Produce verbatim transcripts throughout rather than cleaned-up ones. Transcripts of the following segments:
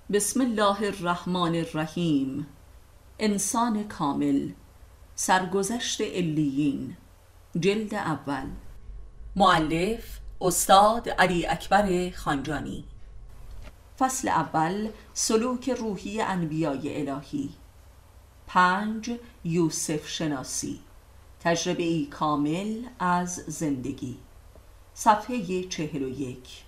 بسم الله الرحمن الرحیم. انسان کامل، سرگذشت علیین، جلد اول. مؤلف استاد علی اکبر خانجانی. فصل اول، سلوک روحی انبیاء الهی. پنج، یوسف شناسی، تجربه ای کامل از زندگی. صفحه چهل و یک.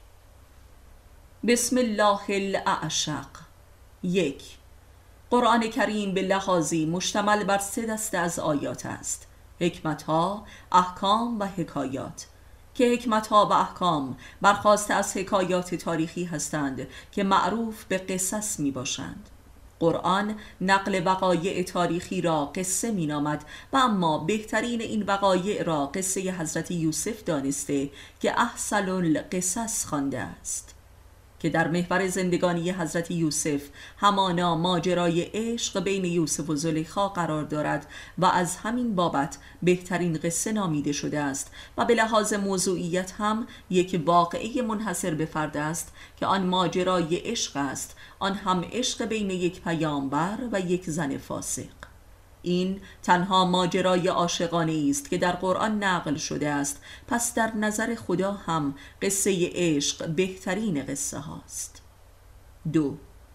بسم الله الاعشق. یک. قرآن کریم به لحاظی مشتمل بر سه دسته از آیات است: حکمتها، احکام و حکایات، که حکمتها و احکام برخواسته از حکایات تاریخی هستند که معروف به قصص می باشند. قرآن نقل وقایع تاریخی را قصه می نامد و اما بهترین این وقایع را قصه حضرت یوسف دانسته که احسن القصص خوانده است، که در محور زندگانی حضرت یوسف همانا ماجرای عشق بین یوسف و زلیخا قرار دارد و از همین بابت بهترین قصه نامیده شده است و به لحاظ موضوعیت هم یک واقعه منحصر به فرد است که آن ماجرای عشق است، آن هم عشق بین یک پیامبر و یک زن فاسق. این تنها ماجرای عاشقانه است که در قرآن نقل شده است، پس در نظر خدا هم قصه عشق بهترین قصه هاست. دو.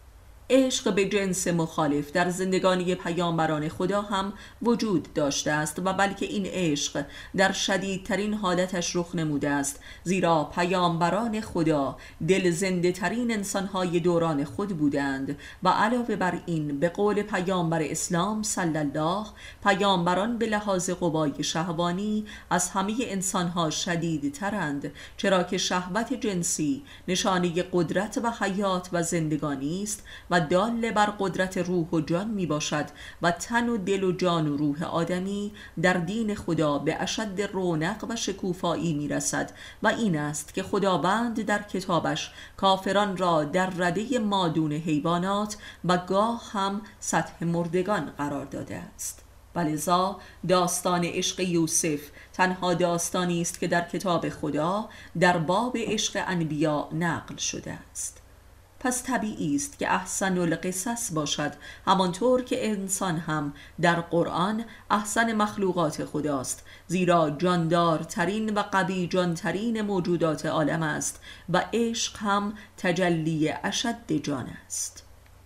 عشق به جنس مخالف در زندگانی پیامبران خدا هم وجود داشته است و بلکه این عشق در شدیدترین حالتش رخ نموده است، زیرا پیامبران خدا دل زنده ترین انسانهای دوران خود بودند و علاوه بر این به قول پیامبر اسلام صلی الله، پیامبران به لحاظ قوای شهوانی از همه انسانها شدیدترند، چرا که شهوت جنسی نشانه قدرت و حیات و زندگانی است و دال بر قدرت روح و جان می باشد و تن و دل و جان و روح آدمی در دین خدا به اشد رونق و شکوفایی می رسد و این است که خداوند در کتابش کافران را در رده مادون حیوانات و گاه هم سطح مردگان قرار داده است. ولذا داستان عشق یوسف تنها داستانی است که در کتاب خدا در باب عشق انبیا نقل شده است. پس طبیعی است که احسن القصص باشد، همانطور که انسان هم در قرآن احسن مخلوقات خداست، زیرا جاندارترین و قوی جانترین موجودات عالم است و عشق هم تجلی اشد جان است.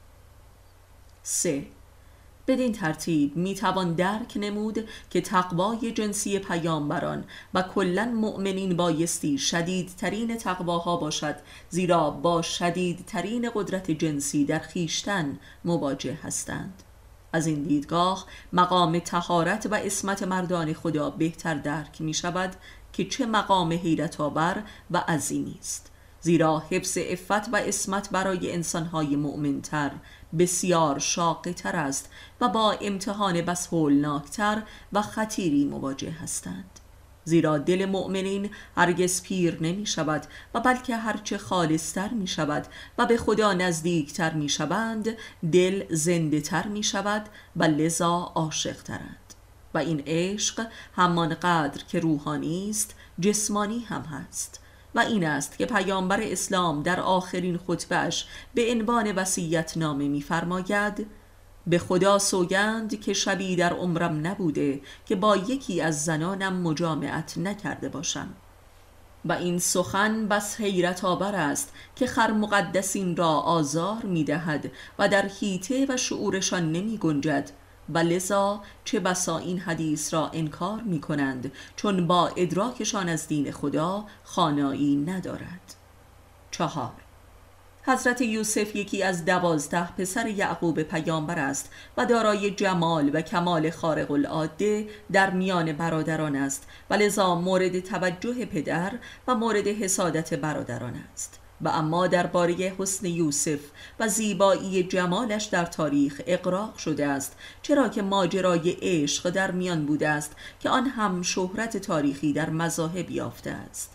سه. بدین ترتیب می توان درک نمود که تقوای جنسی پیامبران و کلاً مؤمنین بایستی شدیدترین تقواها باشد، زیرا با شدیدترین قدرت جنسی در خیشتن مواجه هستند. از این دیدگاه مقام طهارت و عصمت مردان خدا بهتر درک می شود که چه مقام حیرت آور و عظیمی است، زیرا حفظ عفت و عصمت برای انسانهای مؤمنتر بسیار شاق‌تر تر است و با امتحان بس هولناکتر و خطیری مواجه هستند، زیرا دل مؤمنین هرگز پیر نمی شود و بلکه هرچه خالصتر می شود و به خدا نزدیکتر می شوند، دل زنده تر می شود و لذا عاشق ترند و این عشق همان قدر که روحانی است جسمانی هم هست. و این است که پیامبر اسلام در آخرین خطبه‌اش به عنوان وصیت نامه می‌فرماید: به خدا سوگند که شبی در عمرم نبوده که با یکی از زنانم مجامعت نکرده باشم. و این سخن بس حیرت آور است که خر مقدسین را آزار می‌دهد و در حیطه و شعورشان نمی گنجد و لذا چه بسا این حدیث را انکار می کنند، چون با ادراکشان از دین خدا خانایی ندارد. چهار. حضرت یوسف یکی از دوازده پسر یعقوب پیامبر است و دارای جمال و کمال خارق العاده در میان برادران است و لذا مورد توجه پدر و مورد حسادت برادران است. و اما درباره حسن یوسف و زیبایی جمالش در تاریخ اغراق شده است، چرا که ماجرای عشق در میان بوده است که آن هم شهرت تاریخی در مذاهب یافته است.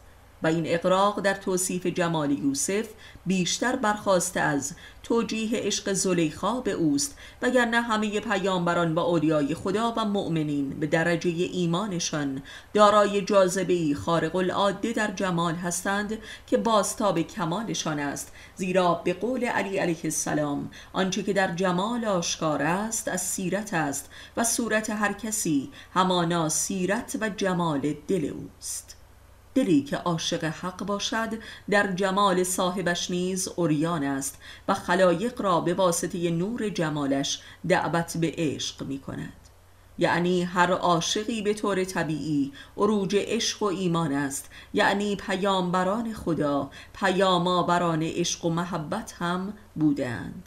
و این اغراق در توصیف جمال یوسف بیشتر برخاسته از توجیه عشق زلیخا به اوست، وگرنه همه پیامبران و اولیای خدا و مؤمنین به درجه ایمانشان دارای جاذبه‌ای خارق العاده در جمال هستند که بازتاب کمالشان است، زیرا به قول علی علیه السلام آنچه که در جمال آشکار است از سیرت است و صورت هر کسی همانا سیرت و جمال دل اوست. دلی که عاشق حق باشد در جمال صاحبش نیز عریان است و خلایق را به واسطه نور جمالش دعوت به عشق می کند. یعنی هر عاشقی به طور طبیعی عروج عشق و ایمان است، یعنی پیامبران خدا پیام‌آوران عشق و محبت هم بودند.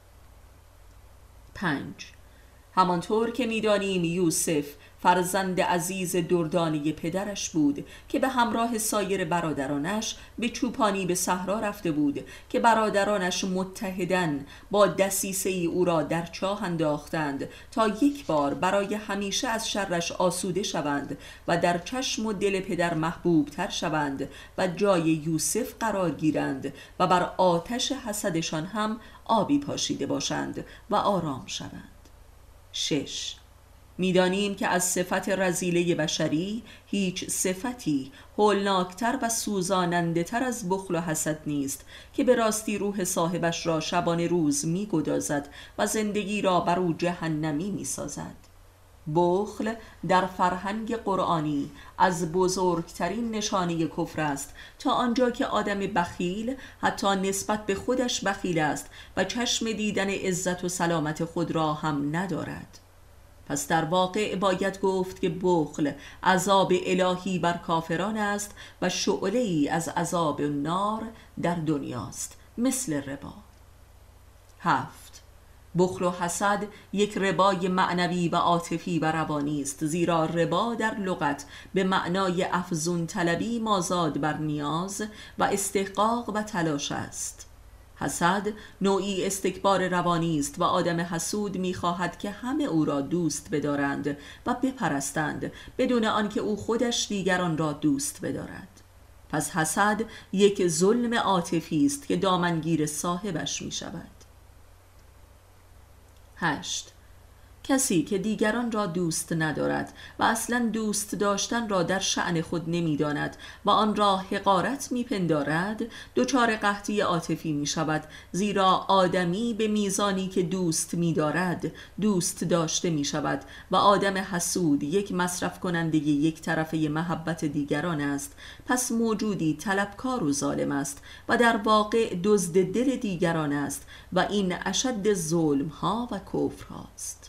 پنج. همانطور که می‌دانیم یوسف فرزند عزیز دردانه پدرش بود که به همراه سایر برادرانش به چوپانی به صحرا رفته بود که برادرانش متحداً با دسیسه ای او را در چاه انداختند تا یک بار برای همیشه از شرش آسوده شوند و در چشم و دل پدر محبوب تر شوند و جای یوسف قرار گیرند و بر آتش حسدشان هم آبی پاشیده باشند و آرام شوند. شش. می‌دانیم که از صفت رذیله بشری هیچ صفتی هولناکتر و سوزاننده تر از بخل و حسد نیست که به راستی روح صاحبش را شبانه روز می‌گدازد و زندگی را بر او جهنمی می‌سازد. بخل در فرهنگ قرآنی از بزرگترین نشانه کفر است، تا آنجا که آدم بخیل حتی نسبت به خودش بخیل است و چشم دیدن عزت و سلامت خود را هم ندارد. پس در واقع باید گفت که بخل عذاب الهی بر کافران است و شعله‌ای از عذاب نار در دنیاست، مثل ربا. هفت. بخل و حسد یک ربای معنوی و عاطفی و روانی است، زیرا ربا در لغت به معنای افزون طلبی مازاد بر نیاز و استحقاق و تلاش است. حسد نوعی استکبار روانی است و آدم حسود می‌خواهد که همه او را دوست بدارند و بپرستند بدون آنکه او خودش دیگران را دوست بدارد. پس حسد یک ظلم عاطفی است که دامنگیر صاحبش می‌شود. هشت. کسی که دیگران را دوست ندارد و اصلا دوست داشتن را در شأن خود نمی‌داند و آن را حقارت می‌پندارد، دچار قحطی عاطفی می‌شود، زیرا آدمی به میزانی که دوست می‌دارد دوست داشته می‌شود و آدم حسود یک مصرف کننده یک طرفه محبت دیگران است. پس موجودی طلبکار و ظالم است و در واقع دزد دل دیگران است و این اشد ظلم‌ها و کفرهاست.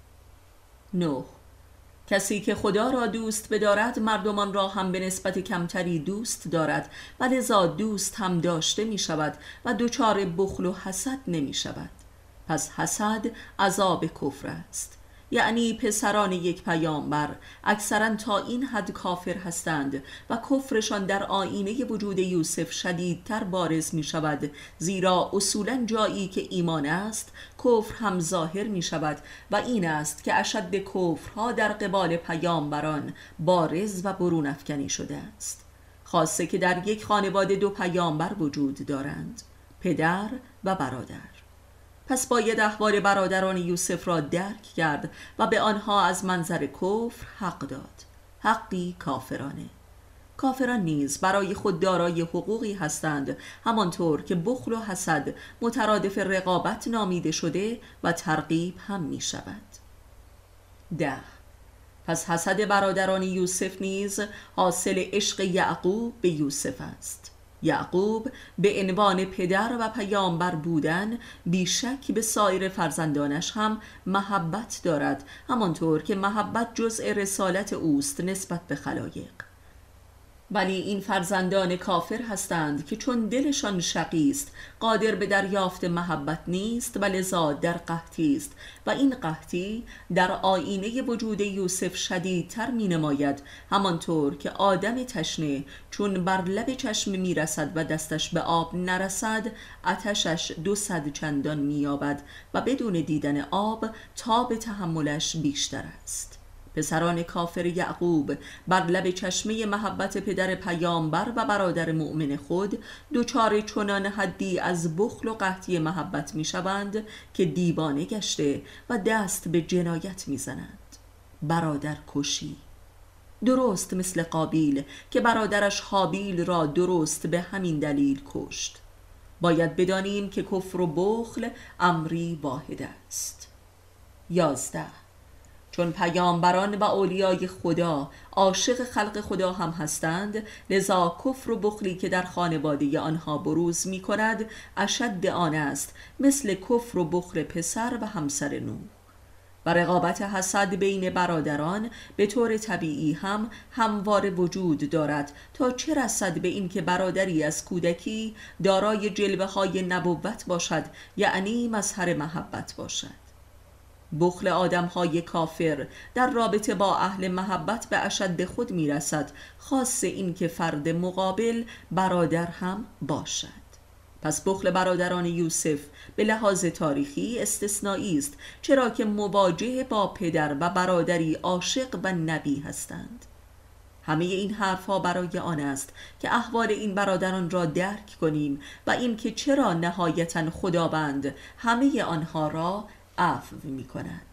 نه. کسی که خدا را دوست بدارد مردمان را هم به نسبت کمتری دوست دارد و لذا دوست هم داشته می شود و دچار بخل و حسد نمی شود. پس حسد عذاب کفر است. یعنی پسران یک پیامبر اکثرا تا این حد کافر هستند و کفرشان در آینه وجود یوسف شدیدتر بارز می شود، زیرا اصولا جایی که ایمان است کفر هم ظاهر می شود و این است که اشد کفرها در قبال پیامبران بارز و برون افکنی شده است، خاصه که در یک خانواده دو پیامبر وجود دارند، پدر و برادر. پس باید احوال برادران یوسف را درک کرد و به آنها از منظر کفر حق داد، حقی کافرانه. کافران نیز برای خود دارای حقوقی هستند، همانطور که بخل و حسد مترادف رقابت نامیده شده و ترغیب هم می شود. ده. پس حسد برادران یوسف نیز حاصل عشق یعقوب به یوسف است. یعقوب به عنوان پدر و پیامبر بودن بیشک به سایر فرزندانش هم محبت دارد، همانطور که محبت جزء رسالت اوست نسبت به خلایق. ولی این فرزندان کافر هستند که چون دلشان شقی است قادر به دریافت محبت نیست و لذا در قحطی است و این قحطی در آینه وجود یوسف شدیدتر می نماید، همانطور که آدم تشنه چون بر لب چشم می رسد و دستش به آب نرسد آتشش دو صد چندان می یابد و بدون دیدن آب تاب تحملش بیشتر است. پسران کافر یعقوب بر لب چشمه محبت پدر پیامبر و برادر مؤمن خود دچار چنان حدی از بخل و قحطی محبت می شوند که دیوانه گشته و دست به جنایت می زنند. برادر کشی، درست مثل قابیل که برادرش حابیل را درست به همین دلیل کشت. باید بدانیم که کفر و بخل امری واحد است. یازده. چون پیامبران و اولیای خدا عاشق خلق خدا هم هستند، لذا کفر و بخلی که در خانواده آنها بروز می کند اشد آن است مثل کفر و بخل پسر و همسر نوح. و رقابت حسد بین برادران به طور طبیعی هم همواره وجود دارد، تا چه رسد به این که برادری از کودکی دارای جلوه های نبوت باشد، یعنی مظهر محبت باشد. بخل آدم های کافر در رابطه با اهل محبت به اشد خود می رسد، خاص این که فرد مقابل برادر هم باشد. پس بخل برادران یوسف به لحاظ تاریخی استثنایی است، چرا که مواجه با پدر و برادری عاشق و نبی هستند. همه این حرفها برای آن است که احوال این برادران را درک کنیم و این که چرا نهایتاً خداوند همه آنها را عفو می کند.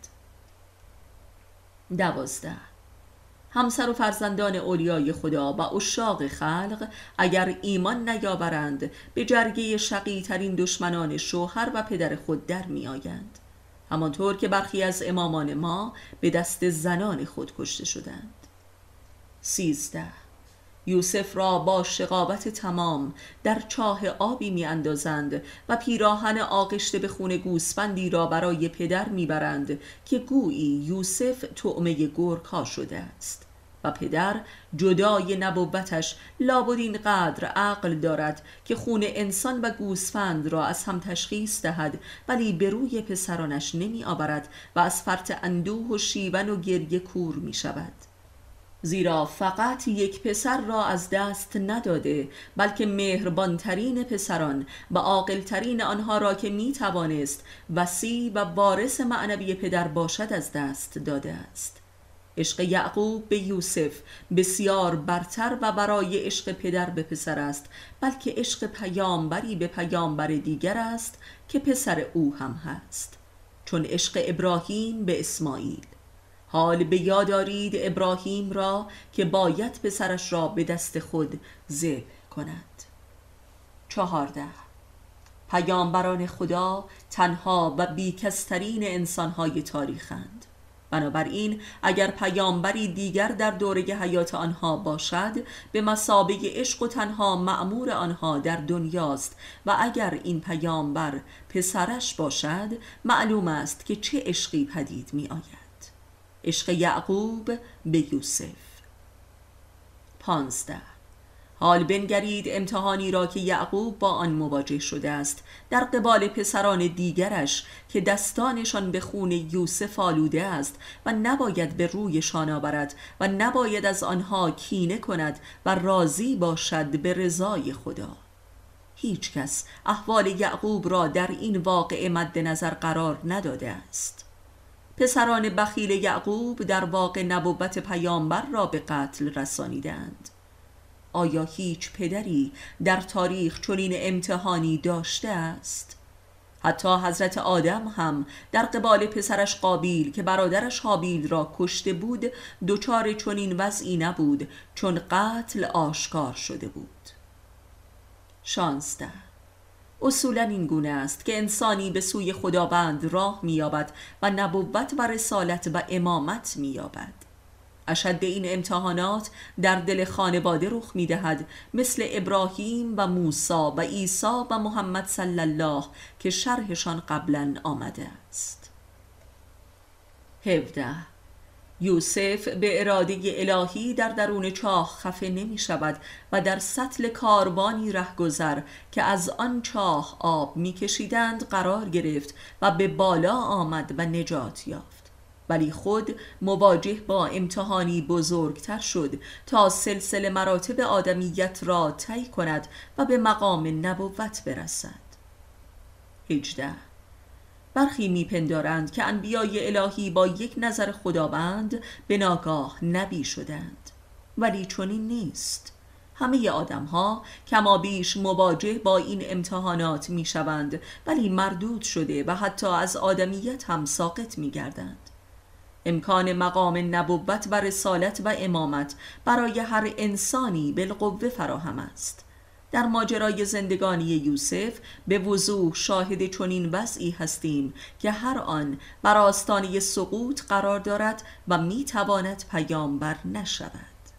دوازده. همسر و فرزندان اولیای خدا و عشاق خلق اگر ایمان نیاورند به جرگه شقی ترین دشمنان شوهر و پدر خود در می آیند، همانطور که برخی از امامان ما به دست زنان خود کشته شدند. سیزده. یوسف را با شقاوت تمام در چاه آبی می اندازند و پیراهن آغشته به خون گوسفندی را برای پدر می برند که گویی یوسف طعمه گرگ ها شده است و پدر جدای نبوتش لابد این قدر عقل دارد که خون انسان و گوسفند را از هم تشخیص دهد، ولی به روی پسرانش نمی آورد و از فرط اندوه و شیون و گریه کور می شود. زیرا فقط یک پسر را از دست نداده، بلکه مهربانترین پسران و عاقلترین آنها را که می توانست وصی و وارث معنوی پدر باشد از دست داده است. عشق یعقوب به یوسف بسیار برتر و برای عشق پدر به پسر است، بلکه عشق پیامبری به پیامبر دیگر است که پسر او هم هست، چون عشق ابراهیم به اسماعیل. حال به یاد دارید ابراهیم را که باید پسرش را به دست خود ذبح کند. چهارده. پیامبران خدا تنها و بیکسترین انسانهای تاریخند. بنابراین اگر پیامبری دیگر در دوره حیات آنها باشد، به مثابه عشق و تنها مأمور آنها در دنیاست، و اگر این پیامبر پسرش باشد، معلوم است که چه عشقی پدید می آید. عشق یعقوب به یوسف. پانزده. حال بنگرید امتحانی را که یعقوب با آن مواجه شده است در قبال پسران دیگرش که دستانشان به خون یوسف آلوده است و نباید به رویشان آورد و نباید از آنها کینه کند و راضی باشد به رضای خدا. هیچ کس احوال یعقوب را در این واقعه مد نظر قرار نداده است. پسران بخیل یعقوب در واقع نبوت پیامبر را به قتل رسانیدند. آیا هیچ پدری در تاریخ چنین امتحانی داشته است؟ حتی حضرت آدم هم در قبال پسرش قابیل که برادرش حابیل را کشته بود دچار چنین وضعی نبود، چون قتل آشکار شده بود. شانزده. اصولا این گونه است که انسانی به سوی خداوند راه می‌یابد و نبوت و رسالت و امامت می‌یابد. اشد این امتحانات در دل خانواده رخ می‌دهد، مثل ابراهیم و موسی و عیسی و محمد صلی الله که شرحشان قبلا آمده است. هفده. یوسف به اراده الهی در درون چاه خفه نمی شود و در سطل کاروانی رهگذر که از آن چاه آب می کشیدند قرار گرفت و به بالا آمد و نجات یافت، ولی خود مواجه با امتحانی بزرگتر شد تا سلسله مراتب آدمیت را طی کند و به مقام نبوت برسد. هجده. برخی میپندارند که انبیای الهی با یک نظر خداوند به ناگاه نبی شدند، ولی چنین نیست. همه آدم ها کما بیش مواجه با این امتحانات می شوند، ولی مردود شده و حتی از آدمیت هم ساقط می گردند. امکان مقام نبوت و رسالت و امامت برای هر انسانی بالقوه فراهم است. در ماجرای زندگانی یوسف به وضوح شاهد چنین وضعی هستیم که هر آن بر آستانه سقوط قرار دارد و می تواند پیامبر نشود.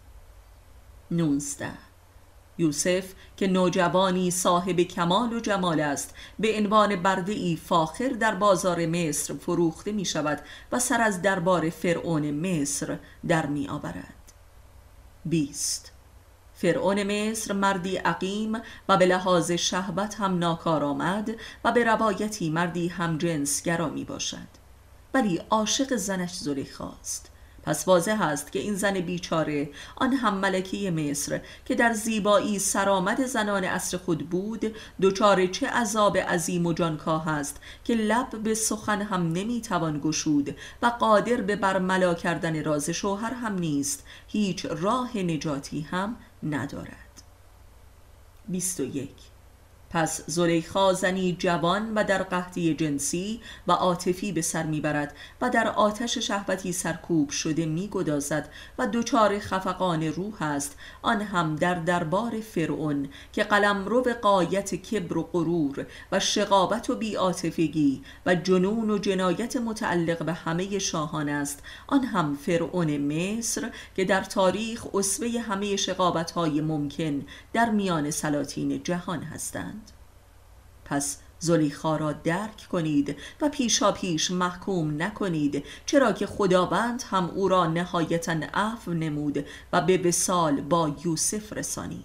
نوزده. یوسف که نوجوانی صاحب کمال و جمال است، به عنوان برده‌ای فاخر در بازار مصر فروخته می شود و سر از دربار فرعون مصر در می آورد. بیست. فرعون مصر مردی عقیم و به لحاظ شهوت هم ناکارآمد و به روایتی مردی هم جنسگرا می باشد، ولی عاشق زنش زلیخاست. پس واضح است که این زن بیچاره، آن هم ملکه مصر که در زیبایی سرآمد زنان عصر خود بود، دچار چه عذاب عظیم و جانکاه است که لب به سخن هم نمیتوان گشود و قادر به برملا کردن راز شوهر هم نیست، هیچ راه نجاتی هم ندارد. بیست و یک. پس زلیخا زنی جوان و در قحطی جنسی و عاطفی به سر میبرد و در آتش شهوتی سرکوب شده میگدازد و دچار خفقان روح است، آن هم در دربار فرعون که قلمرو غایت کبر و غرور و شقاوت و بی‌عاطفگی و جنون و جنایت متعلق به همه شاهان است، آن هم فرعون مصر که در تاریخ اسوه همه شقاوت‌های ممکن در میان سلاطین جهان هستند. پس زلیخا را درک کنید و پیشا پیش محکوم نکنید، چرا که خداوند هم او را نهایتاً عفو نمود و به وصال با یوسف رسانید.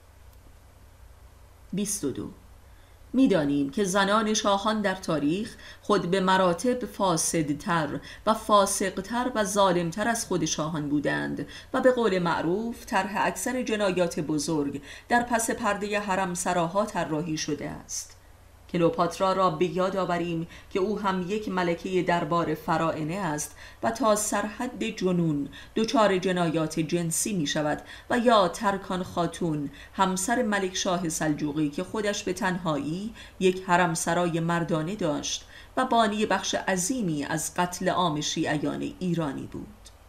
بیست و دو. می‌دانیم که زنان شاهان در تاریخ خود به مراتب فاسدتر و فاسقتر و ظالمتر از خود شاهان بودند و به قول معروف طرح اکثر جنایات بزرگ در پس پرده حرم سراها طراحی شده است. کلئوپاترا را به یاد آوریم که او هم یک ملکه دربار فراعنه است و تا سرحد جنون دچار جنایات جنسی می شود، و یا ترکان خاتون همسر ملک شاه سلجوقی که خودش به تنهایی یک حرم سرای مردانه داشت و بانی بخش عظیمی از قتل عام شیعیان ایرانی بود.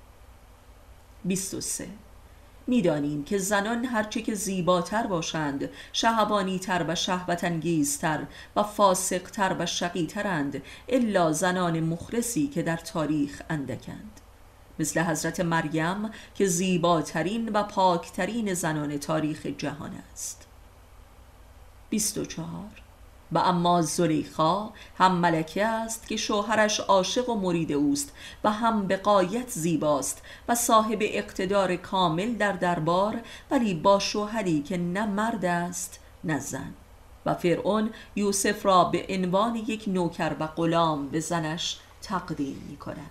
بیست و سه. می‌دانیم که زنان هرچه که زیباتر باشند، شهوانی‌تر و شهوت‌انگیزتر و فاسقتر و شقی‌ترند، الا زنان مخلصی که در تاریخ اندکند، مثل حضرت مریم که زیباترین و پاکترین زنان تاریخ جهان است. بیست و چهار. و اما زلیخا هم ملکه است که شوهرش عاشق و مرید اوست و هم به غایت زیباست و صاحب اقتدار کامل در دربار، ولی با شوهری که نه مرد است نه زن، و فرعون یوسف را به عنوان یک نوکر و غلام به زنش تقدیم می کند.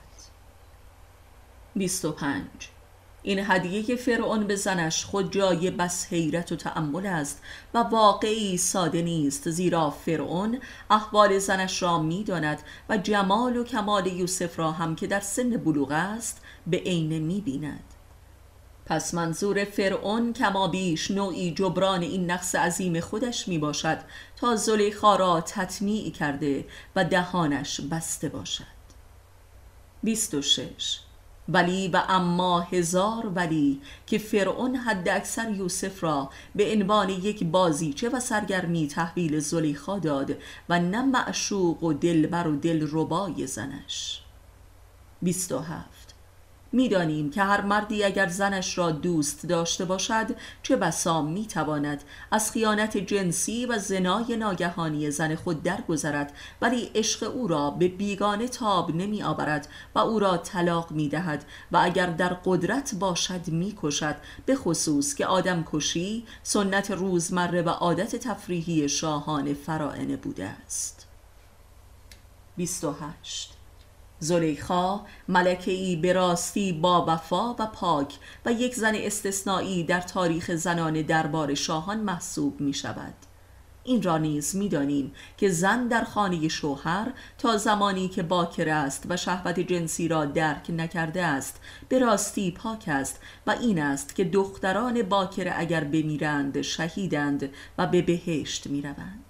بیست و پنج. این هدیه فرعون به زنش خود جای بس حیرت و تأمل است و واقعی ساده نیست، زیرا فرعون احوال زنش را می داند و جمال و کمال یوسف را هم که در سن بلوغ است به عینه می بیند. پس منظور فرعون کما بیش نوعی جبران این نقص عظیم خودش می باشد تا زلیخا را تطمیع کرده و دهانش بسته باشد. بیست و شش. ولی و اما هزار ولی که فرعون حد اکثر یوسف را به عنوان یک بازیچه و سرگرمی تحویل زلیخا داد و نه معشوق و دلبر و دلربای زنش. بیست و هفت. می‌دانیم که هر مردی اگر زنش را دوست داشته باشد، چه بسا می‌تواند از خیانت جنسی و زنای ناگهانی زن خود درگذرد، ولی عشق او را به بیگانه تاب نمی آورد و او را طلاق می‌دهد و اگر در قدرت باشد می‌کشد، به خصوص که آدم کشی سنت روزمره و عادت تفریحی شاهان فراعنه بوده است. بیست و هشت. زلیخا ملکه‌ای به راستی با وفا و پاک و یک زن استثنایی در تاریخ زنان دربار شاهان محسوب می شود. این را نیز می‌دانیم که زن در خانه شوهر تا زمانی که باکر است و شهوت جنسی را درک نکرده است به راستی پاک است و این است که دختران باکر اگر بمیرند شهیدند و به بهشت می‌روند.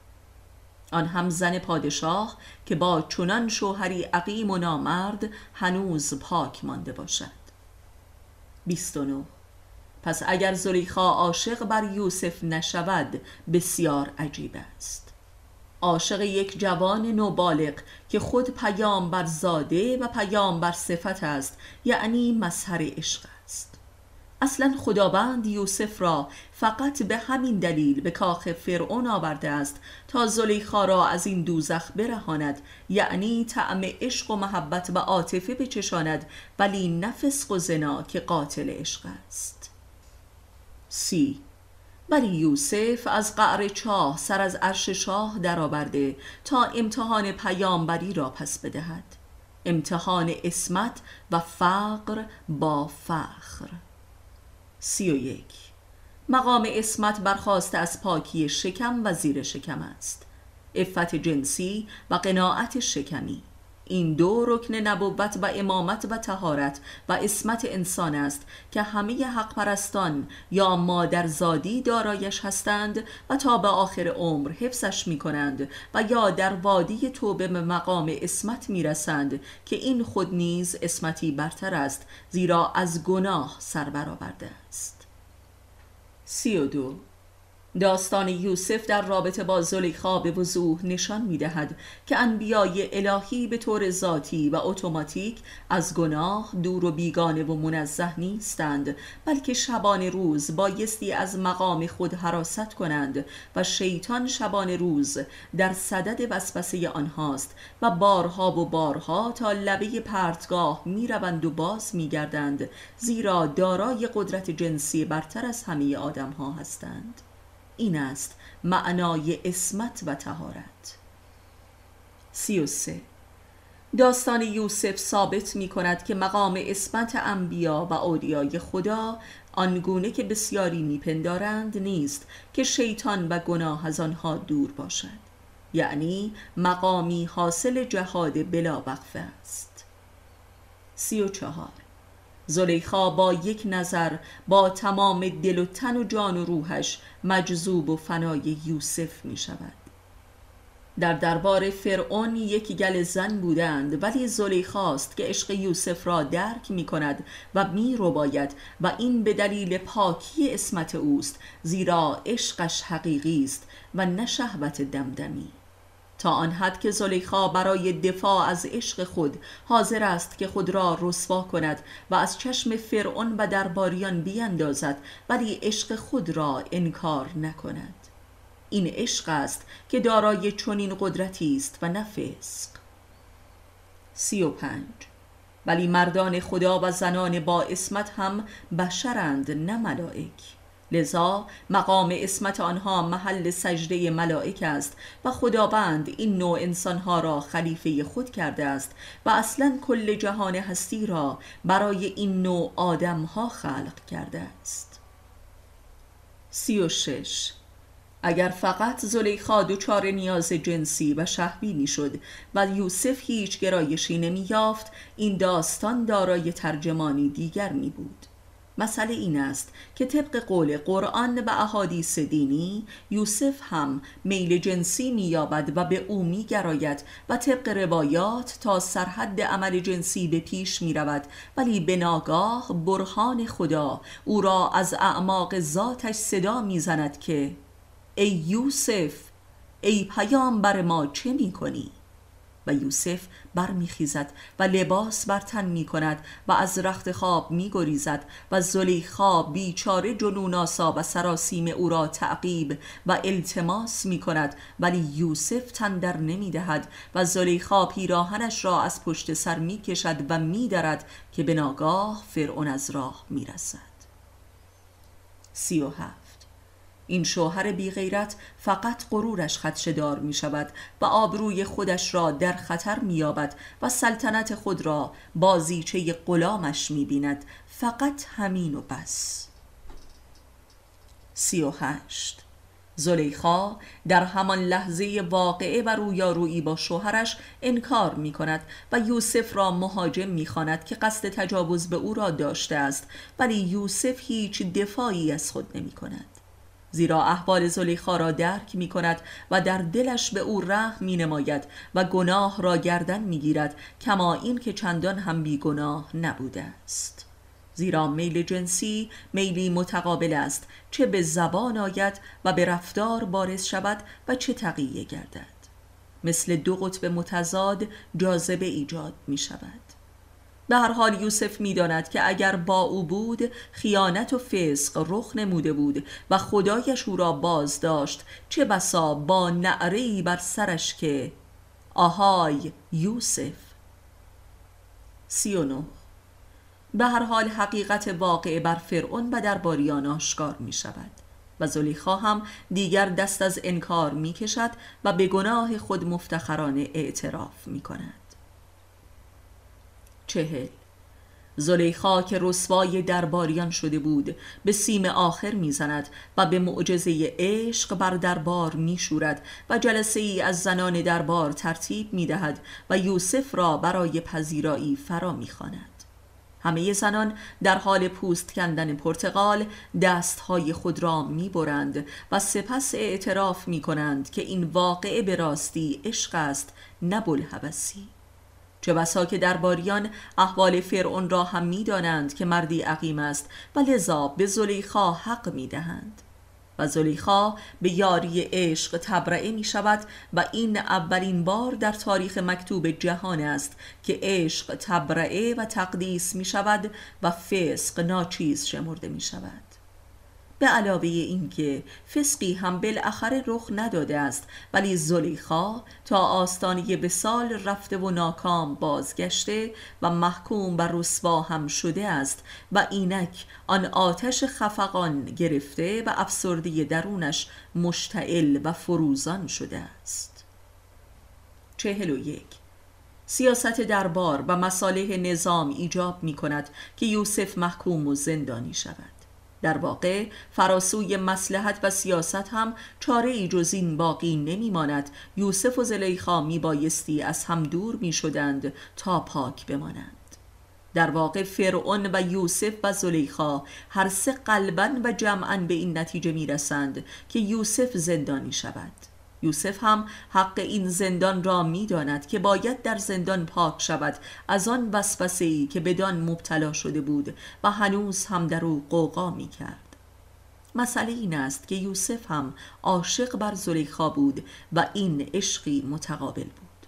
آن هم زن پادشاه که با چنان شوهری عقیم و نامرد هنوز پاک مانده باشد. بیست و نه. پس اگر زلیخا عاشق بر یوسف نشود بسیار عجیب است. عاشق یک جوان نوبالغ که خود پیامبر زاده و پیامبر صفت است، یعنی مظهر عشق است. اصلا خداوند یوسف را فقط به همین دلیل به کاخ فرعون آورده است تا زلیخا را از این دوزخ برهاند، یعنی طعم عشق و محبت و عاطفه بچشاند، ولی نه فسق و زنا که قاتل عشق است. سی. ولی یوسف از قعر چاه سر از عرش شاه درآورده تا امتحان پیامبری را پس بدهد، امتحان عصمت و فقر با فخر. سی و یک. مقام عصمت برخاسته از پاکی شکم و زیر شکم است، عفت جنسی و قناعت شکمی. این دو رکن نبوت و امامت و طهارت و عصمت انسان است که همه حق پرستان یا مادرزادی دارایش هستند و تا به آخر عمر حفظش می کنند و یا در وادی توبه به مقام عصمت می رسند که این خود نیز عصمتی برتر است، زیرا از گناه سر برآورده است. سی و دو. داستان یوسف در رابطه با زلیخا به وضوح نشان می‌دهد که انبیای الهی به طور ذاتی و اتوماتیک از گناه دور و بیگانه و منزه نیستند، بلکه شبان روز بایستی از مقام خود حراست کنند و شیطان شبان روز در صدد وسوسه آنهاست و بارها و بارها تا لبه پرتگاه می‌روند و باز می‌گردند، زیرا دارای قدرت جنسی برتر از همه آدم‌ها هستند. این است معنای عصمت و طهارت. سی و سه. داستان یوسف ثابت می کند که مقام عصمت انبیا و اولیای خدا آنگونه که بسیاری می پندارند نیست که شیطان و گناه از آنها دور باشد، یعنی مقامی حاصل جهاد بلا وقفه است. سی و چهار. زلیخا با یک نظر با تمام دل و تن و جان و روحش مجذوب و فنای یوسف می شود. در دربار فرعون یک گل زن بودند، ولی زلیخاست که عشق یوسف را درک می کند و می رباید و این به دلیل پاکی عصمت اوست، زیرا عشقش حقیقی است و نه شهوت دمدمی. تا آن حد که زلیخا برای دفاع از عشق خود حاضر است که خود را رسوا کند و از چشم فرعون و درباریان بیندازد، ولی عشق خود را انکار نکند. این عشق است که دارای چنین قدرتی است و نه فسق. سی و پنج. ولی مردان خدا و زنان با عصمت هم بشرند نه ملائک، لذا مقام عصمت آنها محل سجده ملائک است و خداوند این نوع انسانها را خلیفه خود کرده است و اصلا کل جهان هستی را برای این نوع آدمها خلق کرده است. سی و شش. اگر فقط زلیخا دچار نیاز جنسی و شهوی می شد و یوسف هیچ گرایشی نمی یافت، این داستان دارای ترجمانی دیگر می بود. مسئله این است که طبق قول قرآن و احادیث دینی یوسف هم میل جنسی می‌یابد و به او می‌گراید و طبق روایات تا سرحد عمل جنسی به پیش می‌رود، ولی به ناگاه برهان خدا او را از اعماق ذاتش صدا می‌زند که ای یوسف، ای پیامبر ما چه می‌کنی؟ و یوسف برمیخیزد و لباس بر تن می کند و از رخت خواب می گریزد و زلیخا بیچاره جنون‌آسا و سراسیم او را تعقیب و التماس می کند، ولی یوسف تن در نمی دهد و زلیخا پیراهنش را از پشت سر می کشد و می درد که به ناگاه فرعون از راه می رسد. سی و هفت. این شوهر بی غیرت فقط غرورش خدشه‌دار می شود و آبروی خودش را در خطر می یابد و سلطنت خود را بازیچه غلامش می بیند، فقط همین و بس. سی و هشت. زلیخا در همان لحظه واقعه و رویارویی با شوهرش انکار می کند و یوسف را مهاجم می خواند که قصد تجاوز به او را داشته است، ولی یوسف هیچ دفاعی از خود نمی کند، زیرا احوال زلیخا را درک می کند و در دلش به او رحم می نماید و گناه را گردن می گیرد، کما این که چندان هم بی گناه نبوده است. زیرا میل جنسی میلی متقابل است، چه به زبان آید و به رفتار بارز شود و چه تقیه گردد. مثل دو قطب متضاد جاذبه ایجاد می شود. به هر حال یوسف می داند که اگر با او بود خیانت و فسق رخ نموده بود و خدایش او را باز داشت، چه بسا با نعره‌ای بر سرش که آهای یوسف. سی و نه. به هر حال حقیقت واقع بر فرعون و درباریان آشکار می شود و زلیخا هم دیگر دست از انکار می کشد و به گناه خود مفتخرانه اعتراف می کند. چهل. زلیخا که رسوای درباریان شده بود به سیم آخر میزند و به معجزه عشق بر دربار میشورد و جلسه ای از زنان دربار ترتیب میدهد و یوسف را برای پذیرایی فرا میخواند. همه زنان در حال پوست کندن پرتقال دستهای خود را میبرند و سپس اعتراف میکنند که این واقعه به راستی عشق است، نه بوالهوسی. چه بسا که درباریان احوال فرعون را هم می دانند که مردی عقیم است و لذا به زلیخا حق می دهند و زلیخا به یاری عشق تبرئه می شود و این اولین بار در تاریخ مکتوب جهان است که عشق تبرئه و تقدیس می شود و فسق ناچیز شمرده می شود. به علاوه این که فسقی هم بالاخره رخ نداده است، ولی زلیخا تا آستانه وصال رفته و ناکام بازگشته و محکوم بر رسوا هم شده است و اینک آن آتش خفقان گرفته و افسردگی درونش مشتعل و فروزان شده است. چهل و یک. سیاست دربار و مصالح نظام ایجاب می کند که یوسف محکوم و زندانی شود. در واقع فراسوی مصلحت و سیاست هم چاره ای جز این باقی نمی ماند. یوسف و زلیخا می بایستی از هم دور می شدند تا پاک بمانند. در واقع فرعون و یوسف و زلیخا هر سه قلباً و جمعاً به این نتیجه می رسند که یوسف زندانی شود. یوسف هم حق این زندان را می داند که باید در زندان پاک شود از آن وسوسه‌ای که بدان مبتلا شده بود و هنوز هم در او غوغا می کرد. مسئله این است که یوسف هم عاشق بر زلیخا بود و این عشقی متقابل بود.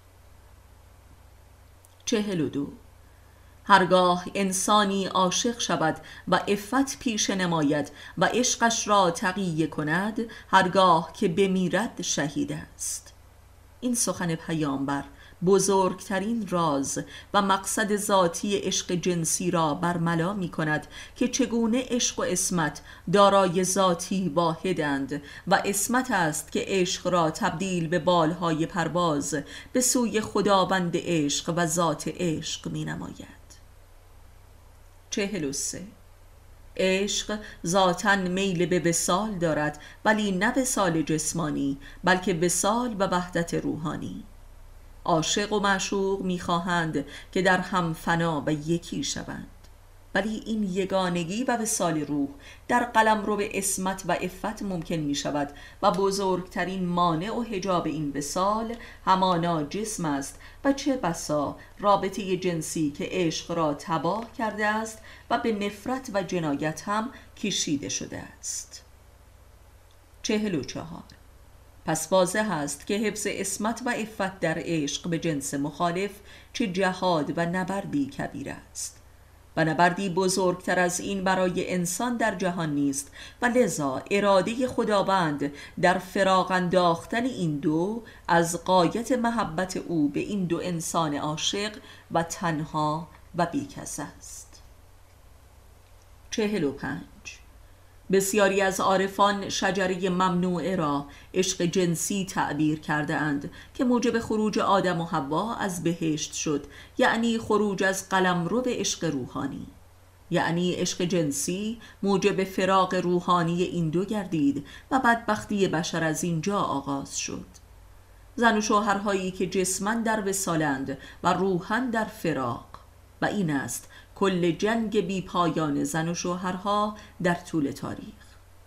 چهل و دو. هرگاه انسانی عاشق شود و عفت پیش نماید و عشقش را تقیه کند، هرگاه که بمیرد شهید است. این سخن پیامبر بزرگترین راز و مقصد ذاتی عشق جنسی را برملا می کند که چگونه عشق و عصمت دارای ذاتی واحدند و عصمت است که عشق را تبدیل به بالهای پرواز به سوی خداوند عشق و ذات عشق می نماید. چهل و سه. عشق ذاتاً میل به وصال دارد، ولی نه وصال جسمانی بلکه وصال و وحدت روحانی. عاشق و معشوق می‌خواهند که در هم فنا و یکی شوند، ولی این یگانگی و وصال روح در قلمرو عصمت و عفت ممکن می شود و بزرگترین مانع و حجاب این وصال همانا جسم است و چه بسا رابطه جنسی که عشق را تباه کرده است و به نفرت و جنایت هم کشیده شده است. چهل و چهار. پس واضح است که حفظ عصمت و عفت در عشق به جنس مخالف چه جهاد و نبردی کبیر است و نبردی بزرگتر از این برای انسان در جهان نیست و لذا اراده خداوند در فراق انداختن این دو از غایت محبت او به این دو انسان عاشق و تنها و بیکس است. چهل و پنج. بسیاری از عارفان شجره ممنوعه را عشق جنسی تعبیر کرده اند که موجب خروج آدم و حوا از بهشت شد، یعنی خروج از قلمرو به عشق روحانی. یعنی عشق جنسی موجب فراق روحانی این دو گردید و بدبختی بشر از اینجا آغاز شد. زن و شوهرهایی که جسماً در وصالند و روحاً در فراق، و این است کل جنگ بی پایان زن و شوهرها در طول تاریخ.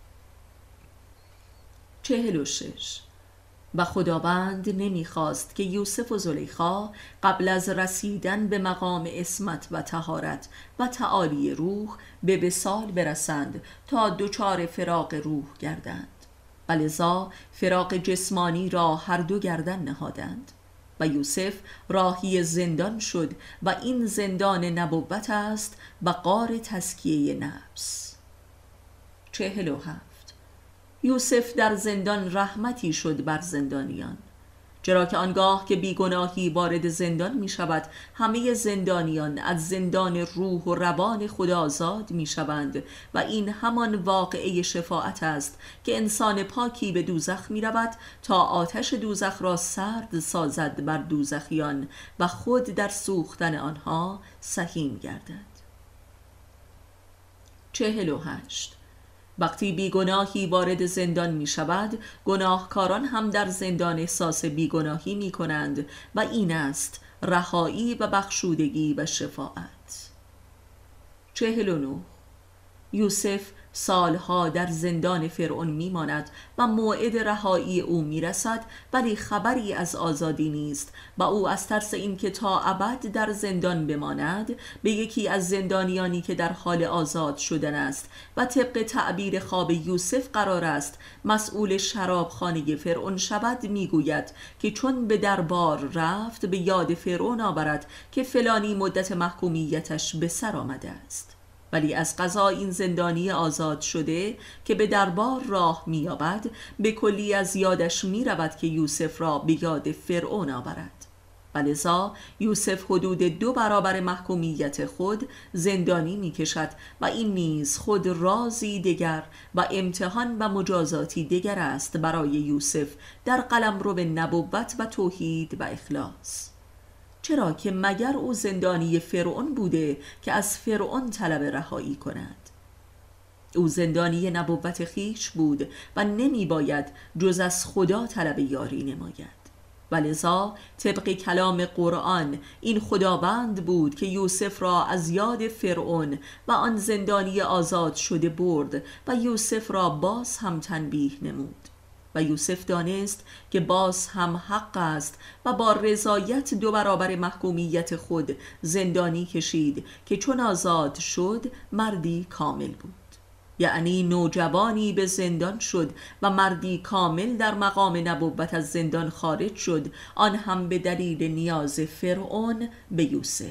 چهل و شش. و خداوند نمیخواست که یوسف و زلیخا قبل از رسیدن به مقام عصمت و طهارت و تعالی روح به وصال برسند تا دچار فراق روح گردند، و لذا فراق جسمانی را هر دو گردن نهادند و یوسف راهی زندان شد و این زندان نبوت است و غار تزکیه نفس. چهل و هفت. یوسف در زندان رحمتی شد بر زندانیان، چرا که آنگاه که بیگناهی وارد زندان می شود همه زندانیان از زندان روح و روان خدا آزاد می شوند و این همان واقعه شفاعت است که انسان پاکی به دوزخ می رود تا آتش دوزخ را سرد سازد بر دوزخیان و خود در سوختن آنها سهیم گردد. چهل و هشت. وقتی بیگناهی وارد زندان می شود، گناهکاران هم در زندان احساس بیگناهی می کنند و این است رهایی و بخشودگی و شفاعت. چهل و نه. یوسف سالها در زندان فرعون می ماند و موعد رهایی او می رسد، ولی خبری از آزادی نیست و او از ترس اینکه تا ابد در زندان بماند به یکی از زندانیانی که در حال آزاد شدن است و طبق تعبیر خواب یوسف قرار است مسئول شرابخانه فرعون شود می گوید که چون به دربار رفت به یاد فرعون آورد که فلانی مدت محکومیتش به سر آمده است، ولی از قضا این زندانی آزاد شده که به دربار راه می‌یابد به کلی از یادش می‌رود که یوسف را به یاد فرعون آورد، ولذا یوسف حدود دو برابر محکومیت خود زندانی می‌کشد و این نیز خود رازی دیگر و امتحان و مجازاتی دیگر است برای یوسف در قلمرو نبوت و توحید و اخلاص. چرا که مگر او زندانی فرعون بوده که از فرعون طلب رهایی کند؟ او زندانی نبوت خیش بود و نمی باید جز از خدا طلب یاری نماید، ولذا طبق کلام قرآن این خداوند بود که یوسف را از یاد فرعون و آن زندانی آزاد شده برد و یوسف را باز هم تنبیه نمود و یوسف دانست که باز هم حق است و با رضایت دو برابر محکومیت خود زندانی کشید که چون آزاد شد مردی کامل بود، یعنی نوجوانی به زندان شد و مردی کامل در مقام نبوت از زندان خارج شد، آن هم به دلیل نیاز فرعون به یوسف.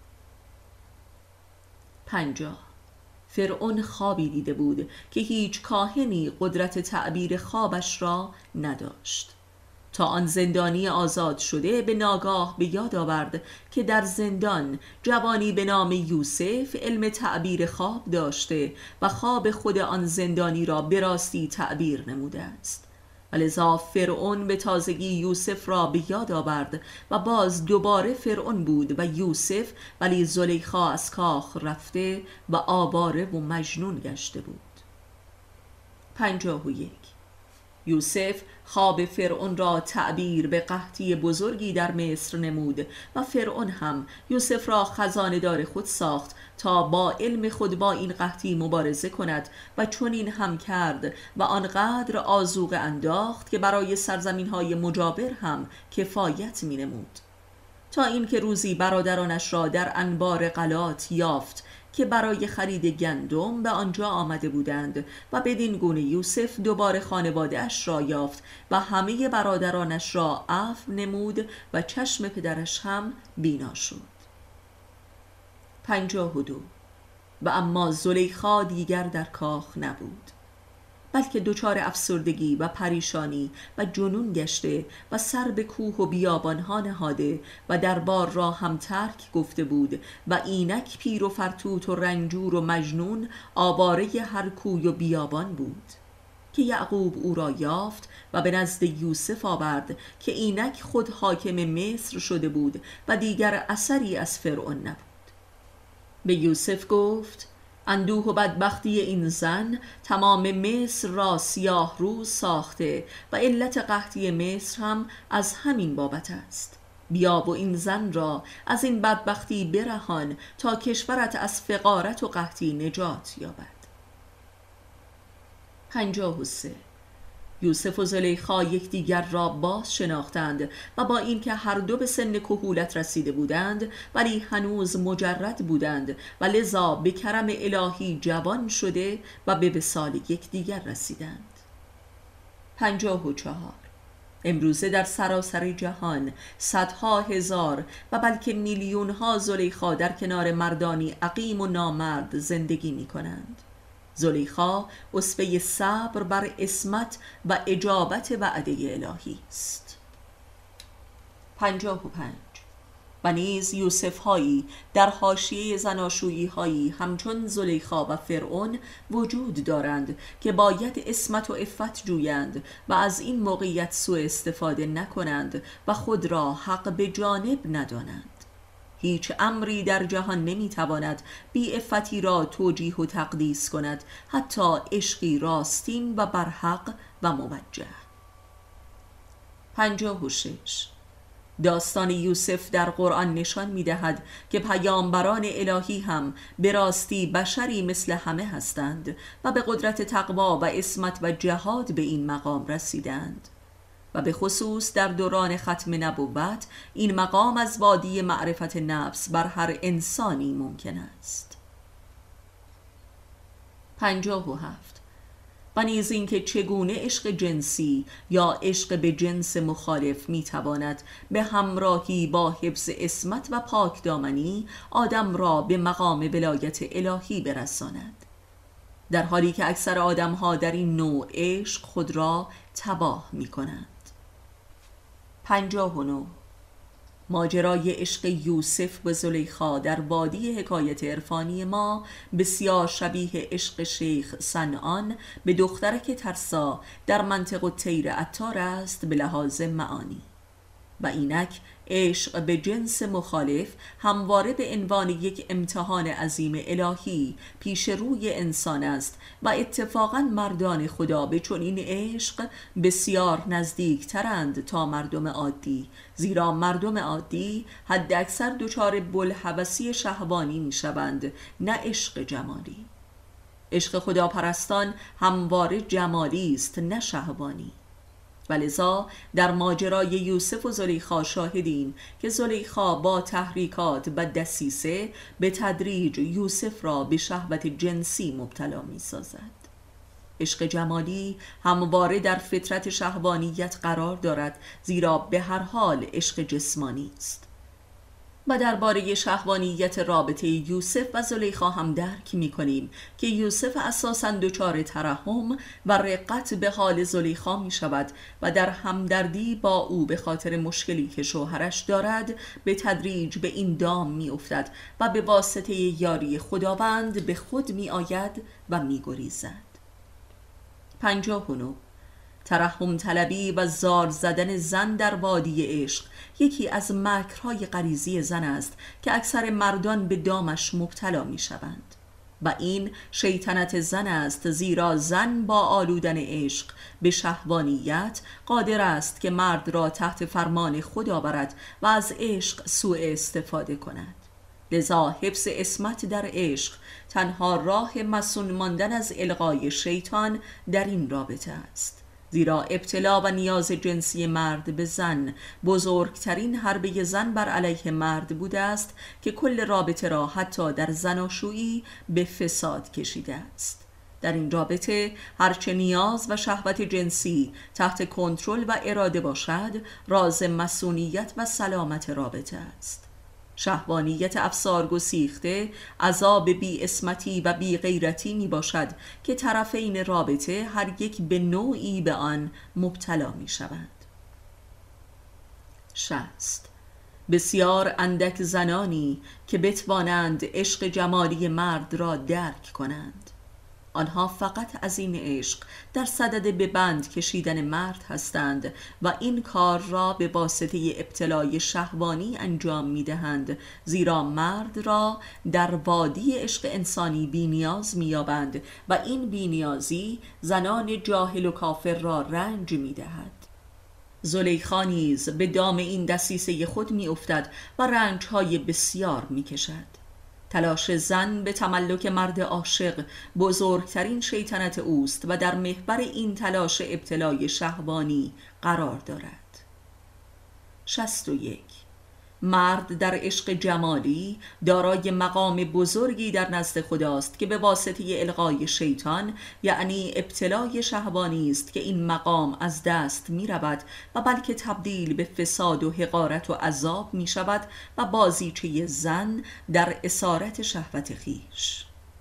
پنجاه. فرعون خوابی دیده بود که هیچ کاهنی قدرت تعبیر خوابش را نداشت، تا آن زندانی آزاد شده به ناگاه به یاد آورد که در زندان جوانی به نام یوسف علم تعبیر خواب داشته و خواب خود آن زندانی را به راستی تعبیر نموده است، ولذا فرعون به تازگی یوسف را به یاد آورد و باز دوباره فرعون بود و یوسف، ولی زلیخا از کاخ رفته و آواره و مجنون گشته بود. پنجاه و یک. یوسف خواب فرعون را تعبیر به قحطی بزرگی در مصر نمود و فرعون هم یوسف را خزانه دار خود ساخت تا با علم خود با این قحطی مبارزه کند و چون این هم کرد و آنقدر آذوقه انداخت که برای سرزمین های مجاور هم کفایت می نمود، تا اینکه روزی برادرانش را در انبار غلات یافت که برای خرید گندم به آنجا آمده بودند و بدین گونه یوسف دوباره خانواده اش را یافت و همه برادرانش را عفو نمود و چشم پدرش هم بینا شد. پنجاه و دو. و اما زلیخا دیگر در کاخ نبود، بلکه دچار افسردگی و پریشانی و جنون گشته و سر به کوه و بیابانها نهاده و دربار را هم ترک گفته بود و اینک پیر و فرتوت و رنجور و مجنون آواره هر کوی و بیابان بود که یعقوب او را یافت و به نزد یوسف آورد که اینک خود حاکم مصر شده بود و دیگر اثری از فرعون نبود. به یوسف گفت اندوه و بدبختی این زن تمام مصر را سیاه روز ساخته و علت قحطی مصر هم از همین بابت است. بیا و این زن را از این بدبختی برهان تا کشورت از فقارت و قحطی نجات یابد. پنجاه و سه. یوسف و زلیخا یکدیگر را باز شناختند و با اینکه هر دو به سن کهولت رسیده بودند ولی هنوز مجرد بودند و لذا به کرم الهی جوان شده و به وصال یکدیگر رسیدند. پنجاه و چهار. امروزه در سراسر جهان صدها هزار و بلکه میلیون ها زلیخا در کنار مردانی عقیم و نامرد زندگی می کنند. زلیخا اسوه صبر بر عصمت و اجابت وعده الهی است. پنجاه و پنج. و نیز یوسف هایی در حاشیه زناشویی هایی همچون زلیخا و فرعون وجود دارند که باید عصمت و عفت جویند و از این موقعیت سوء استفاده نکنند و خود را حق به جانب ندانند. هیچ امری در جهان نمیتواند بی عفتی را توجیه و تقدیس کند، حتی عشقی راستین و برحق و موجه. پنجاه و شش. داستان یوسف در قرآن نشان می‌دهد که پیامبران الهی هم به راستی بشری مثل همه هستند و به قدرت تقوا و عصمت و جهاد به این مقام رسیدند و به خصوص در دوران ختم نبوت این مقام از وادی معرفت نفس بر هر انسانی ممکن است. پنجاه و هفت. و نیز این که چگونه عشق جنسی یا عشق به جنس مخالف میتواند به همراهی با حفظ عصمت و پاکدامنی آدم را به مقام ولایت الهی برساند، در حالی که اکثر آدمها در این نوع عشق خود را تباه می کنند. پنجاه و نه. ماجرای عشق یوسف به زلیخا در وادی حکایت عرفانی ما بسیار شبیه عشق شیخ صنعان به دخترک ترسا در منطق الطیر عطار است به لحاظ معانی. و اینک عشق به جنس مخالف همواره به عنوان یک امتحان عظیم الهی پیش روی انسان است و اتفاقا مردان خدا به چنین عشق بسیار نزدیک ترند تا مردم عادی، زیرا مردم عادی حد اکثر دچار بوالهوسی شهوانی می شوند، نه عشق جمالی. عشق خداپرستان همواره جمالی است، نه شهوانی. ولذا در ماجرای یوسف و زلیخا شاهدیم که زلیخا با تحریکات و دسیسه به تدریج یوسف را به شهوت جنسی مبتلا می سازد. عشق جمالی همواره در فطرت شهوانیت قرار دارد، زیرا به هر حال عشق جسمانی است. و درباره شهوانیت رابطه یوسف و زلیخا هم درک می کنیم که یوسف اساساً دچار ترحم و رقت به حال زلیخا می شود و در همدردی با او به خاطر مشکلی که شوهرش دارد به تدریج به این دام می افتد و به واسطه یاری خداوند به خود می آید و می گریزد. پنجاه و نه. ترحم طلبی و زار زدن زن در وادی عشق یکی از مکرهای غریزی زن است که اکثر مردان به دامش مبتلا می شوند و این شیطنت زن است، زیرا زن با آلودن عشق به شهوانیت قادر است که مرد را تحت فرمان خود آورد و از عشق سوء استفاده کند. لذا حفظ عصمت در عشق تنها راه مصون ماندن از الغای شیطان در این رابطه است، زیرا ابتلا و نیاز جنسی مرد به زن بزرگترین حربه زن بر علیه مرد بوده است که کل رابطه را حتی در زناشویی به فساد کشیده است. در این رابطه هرچه نیاز و شهوت جنسی تحت کنترل و اراده باشد، راز مصونیت و سلامت رابطه است. شهوانیت افسار گسیخته عذاب بی عصمتی و بی غیرتی می باشد که طرفین رابطه هر یک به نوعی به آن مبتلا می شوند. شصت. بسیار اندک زنانی که بتوانند عشق جمالی مرد را درک کنند. آنها فقط از این عشق در صدد به بند کشیدن مرد هستند و این کار را به واسطه ابتلای شهوانی انجام می دهند، زیرا مرد را در وادی عشق انسانی بینیاز می یابند و این بینیازی زنان جاهل و کافر را رنج می دهد. زلیخا نیز به دام این دسیسه خود می افتد و رنجهای بسیار می کشد. تلاش زن به تملک مرد عاشق بزرگترین شیطنت اوست و در محور این تلاش ابتلای شهوانی قرار دارد. شصت و یک. مرد در عشق جمالی دارای مقام بزرگی در نزد خداست که به واسطه الغای شیطان یعنی ابتلای شهوانی است که این مقام از دست می رود و بلکه تبدیل به فساد و حقارت و عذاب می شود و بازیچه زن در اسارت شهوت خویش.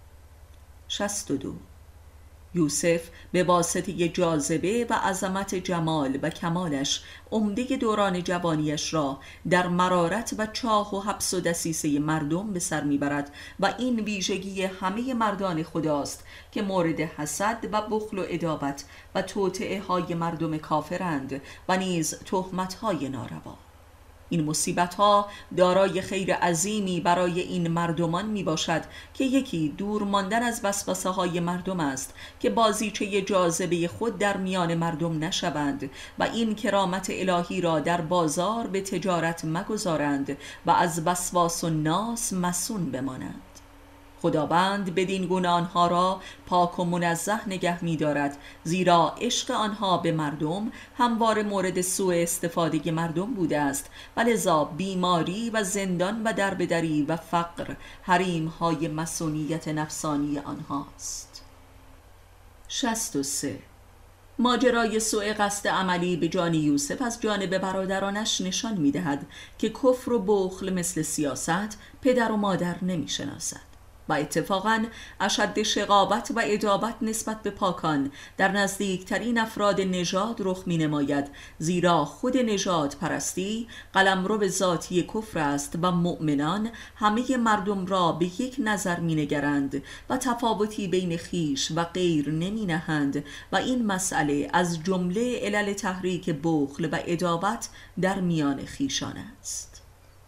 شصت و دو. یوسف به واسطه جاذبه و عظمت جمال و کمالش عمده دوران جوانیش را در مرارت و چاه و حبس و دسیسه مردم به سر میبرد و این ویژگی همه مردان خداست که مورد حسد و بخل و عداوت و توطئه های مردم کافرند و نیز تهمت های ناروا. این مصیبت ها دارای خیر عظیمی برای این مردمان می باشد که یکی دور ماندن از وسوسه های مردم است که بازیچه جاذبه خود در میان مردم نشوند و این کرامت الهی را در بازار به تجارت مگذارند و از وسواس و ناس مصون بمانند. خداوند بدین گونه آنها را پاک و منزه نگه می دارد، زیرا عشق آنها به مردم همواره مورد سوء استفاده مردم بوده است و لذا بیماری و زندان و دربدری و فقر حریم های مسئولیت نفسانی آنهاست. شصت و سه. ماجرای سوء قصد عملی به جان یوسف از جانب برادرانش نشان می دهد که کفر و بخل مثل سیاست پدر و مادر نمی شناسد و اتفاقاً اشد شقاوت و عداوت نسبت به پاکان در نزدیکترین افراد نژاد رخ می نماید، زیرا خود نژاد پرستی قلمرو ذاتی کفر است و مؤمنان همه مردم را به یک نظر می نگرند و تفاوتی بین خیش و غیر نمی نهند و این مسئله از جمله علل تحریک بخل و عداوت در میان خیشان است.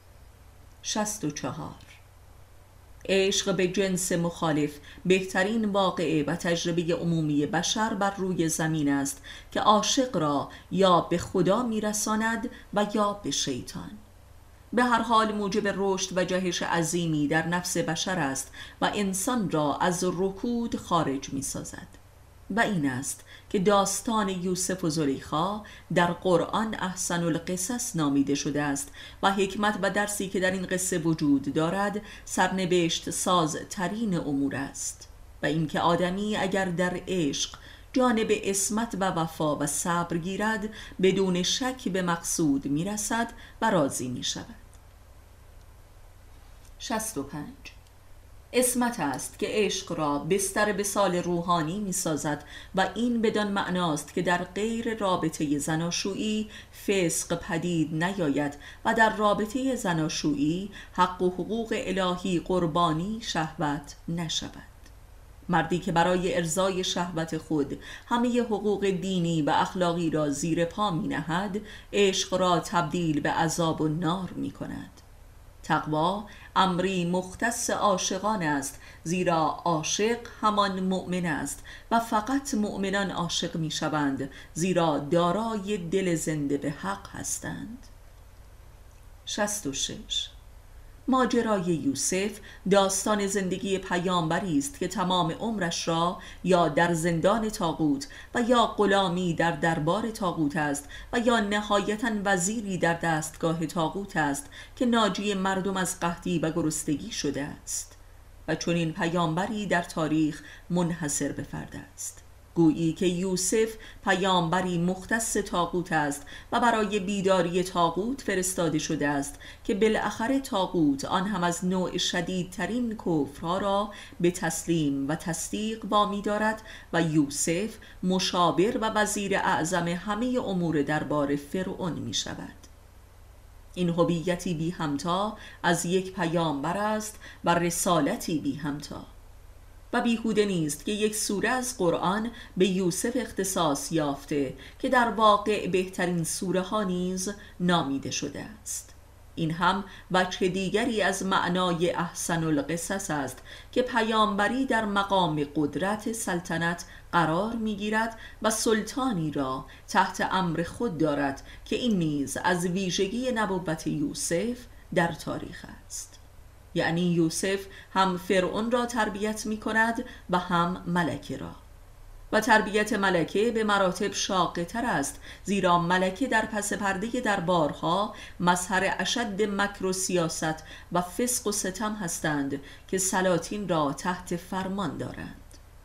شصت و چهار. عشق به جنس مخالف بهترین واقعه و تجربه عمومی بشر بر روی زمین است که عاشق را یا به خدا میرساند و یا به شیطان. به هر حال موجب رشد و جهش عظیمی در نفس بشر است و انسان را از رکود خارج می سازد و این است که داستان یوسف و زلیخا در قرآن احسن القصص نامیده شده است و حکمت و درسی که در این قصه وجود دارد سرنوشت ساز ترین امور است و اینکه آدمی اگر در عشق جانب عصمت و وفا و صبر گیرد بدون شک به مقصود میرسد و راضی می شود. شصت و پنج. عصمت است که عشق را بستر به سال روحانی می سازد و این بدان معناست که در غیر رابطه زناشویی فسق پدید نیاید و در رابطه زناشویی حق و حقوق الهی قربانی شهوت نشود. مردی که برای ارضای شهوت خود همه حقوق دینی و اخلاقی را زیر پا می نهد، عشق را تبدیل به عذاب و نار می کند. تقوا امری مختص عاشقان است، زیرا عاشق همان مؤمن است و فقط مؤمنان عاشق می شوند، زیرا دارای دل زنده به حق هستند. شصت و شش. ماجرای یوسف داستان زندگی پیامبری است که تمام عمرش را یا در زندان طاغوت و یا غلامی در دربار طاغوت است و یا نهایتاً وزیری در دستگاه طاغوت است که ناجی مردم از قحطی و گرسنگی شده است و چون این پیامبری در تاریخ منحصر به فرد است. گویی که یوسف پیامبری مختص طاغوت است و برای بیداری طاغوت فرستاده شده است که بالاخره طاغوت آن هم از نوع شدیدترین کفرها را به تسلیم و تصدیق وامی دارد و یوسف مشاور و وزیر اعظم همه امور دربار فرعون می شود. این هویتی بی همتا از یک پیامبر است و رسالتی بی همتا. و بیهوده نیست که یک سوره از قرآن به یوسف اختصاص یافته که در واقع بهترین سوره ها نیز نامیده شده است. این هم وجه دیگری از معنای احسن القصص است که پیامبری در مقام قدرت سلطنت قرار می‌گیرد و سلطانی را تحت امر خود دارد که این نیز از ویژگی نبوت یوسف در تاریخ است. یعنی یوسف هم فرعون را تربیت می‌کند و هم ملکه را، و تربیت ملکه به مراتب شاقه تر است، زیرا ملکه در پس پرده دربارها مظهر اشد مکر و سیاست و فسق و ستم هستند که سلاطین را تحت فرمان دارند.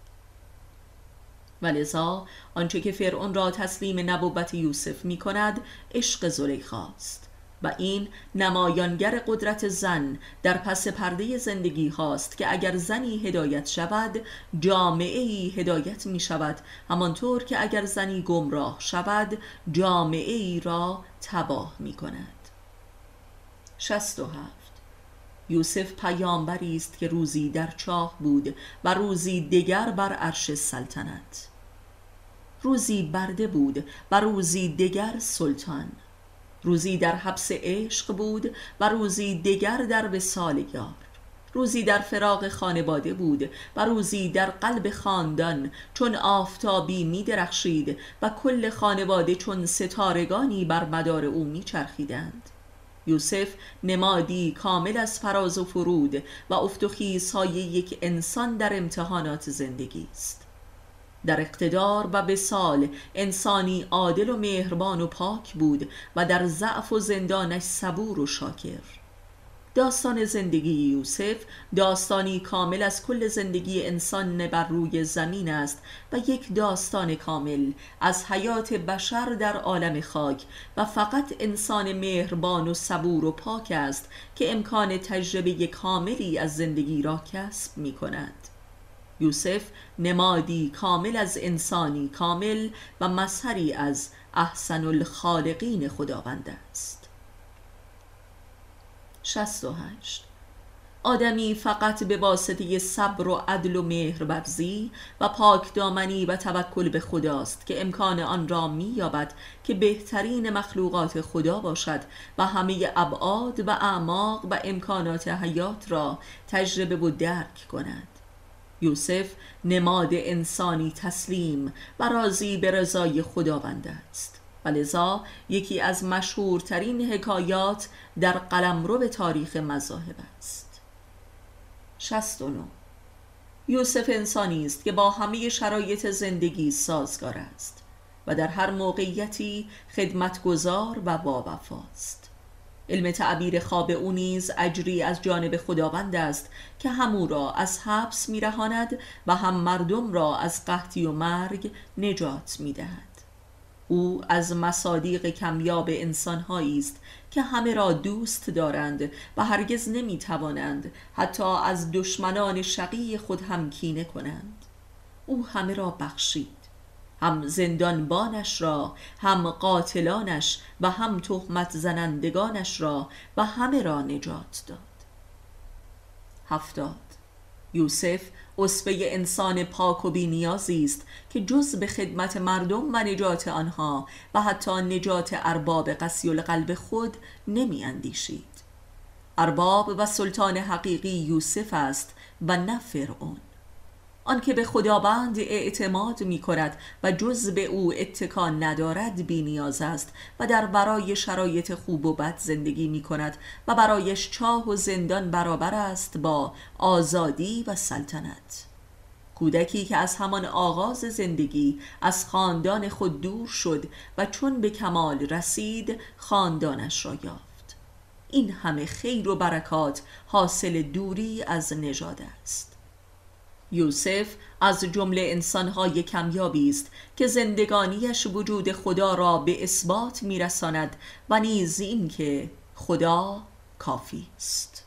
ولذا آنچه که فرعون را تسلیم نبوت یوسف می کند عشق زلیخا است و این نمایانگر قدرت زن در پس پرده زندگی هاست که اگر زنی هدایت شود جامعه ای هدایت می شود، همانطور که اگر زنی گمراه شود جامعه ای را تباه می کند. شصت و هفت. یوسف پیامبری است که روزی در چاه بود و روزی دیگر بر عرش سلطنت، روزی برده بود و روزی دیگر سلطان، روزی در حبس عشق بود و روزی دیگر در وصال یار، روزی در فراق خانواده بود و روزی در قلب خاندان چون آفتابی می درخشید و کل خانواده چون ستارگانی بر مدار او می چرخیدند. یوسف نمادی کامل از فراز و فرود و افت و خیزهای یک انسان در امتحانات زندگی است. در اقتدار و وصال انسانی عادل و مهربان و پاک بود و در ضعف و زندانش صبور و شاکر. داستان زندگی یوسف داستانی کامل از کل زندگی انسان بر روی زمین است و یک داستان کامل از حیات بشر در عالم خاک و فقط انسان مهربان و صبور و پاک است که امکان تجربه کاملی از زندگی را کسب می کند. یوسف نمادی کامل از انسانی کامل و مظهری از احسن الخالقین خداوند است. شصت و هشت. آدمی فقط به واسطه صبر و عدل و مهرورزی و پاکدامنی و توکل به خداست که امکان آن را می‌یابد که بهترین مخلوقات خدا باشد و همه ابعاد و اعماق و امکانات حیات را تجربه و درک کند. یوسف نماد انسانی تسلیم و راضی به رضای خداوند است و لذا یکی از مشهورترین حکایات در قلمرو به تاریخ مذاهب است. شصت و نه. یوسف انسانی است که با همه شرایط زندگی سازگار است و در هر موقعیتی خدمتگزار و باوفاست. علم تعبیر خواب او نیز اجری از جانب خداوند است که هم او را از حبس می‌رهاند و هم مردم را از قحطی و مرگ نجات می‌دهد. او از مصادیق کمیاب انسان‌هایی است که همه را دوست دارند و هرگز نمی‌توانند حتی از دشمنان شقی خود هم کینه کنند. او همه را بخشید، هم زندانبانش را، هم قاتلانش و هم تهمت زنندگانش را و همه را نجات داد. هفتاد. یوسف اسوه انسان پاک و بی‌نیازی است که جز به خدمت مردم و نجات آنها و حتی نجات ارباب قسی القلب خود نمی اندیشید. ارباب و سلطان حقیقی یوسف است و نه فرعون. آن که به خداوند اعتماد می کند و جز به او اتکا ندارد بی نیاز است و در برای شرایط خوب و بد زندگی می کند و برایش چاه و زندان برابر است با آزادی و سلطنت. کودکی که از همان آغاز زندگی از خاندان خود دور شد و چون به کمال رسید خاندانش را یافت. این همه خیر و برکات حاصل دوری از نژاد است. یوسف از جمله انسان‌های کمیابی است که زندگانیش وجود خدا را به اثبات می‌رساند و نیز این که خدا کافی است.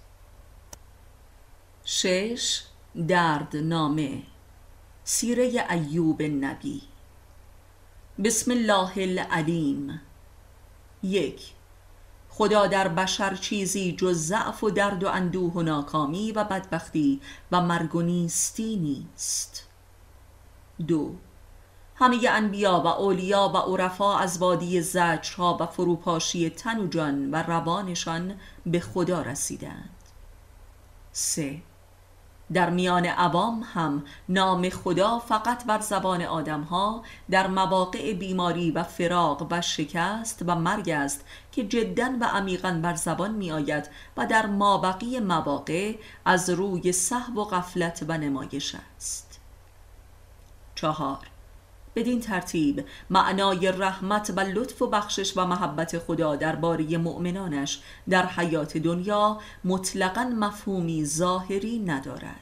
شش. دردنامه. سیره ایوب نبی. بسم الله العلیم. یک. خدا در بشر چیزی جز ضعف و درد و اندوه و ناکامی و بدبختی و مرگ و نیستی نیست. دو، همه انبیا و اولیا و عرفا از وادی زجرها و فروپاشی تن و جان و روانشان به خدا رسیدند. سه، در میان عوام هم نام خدا فقط بر زبان آدمها در مواقع بیماری و فراق و شکست و مرگ است که جداً و عمیقاً بر زبان می آید و در مابقی مواقع از روی سهو و غفلت و نمایش است. چهار، بدین ترتیب معنای رحمت و لطف و بخشش و محبت خدا درباره مؤمنانش در حیات دنیا مطلقاً مفهومی ظاهری ندارد.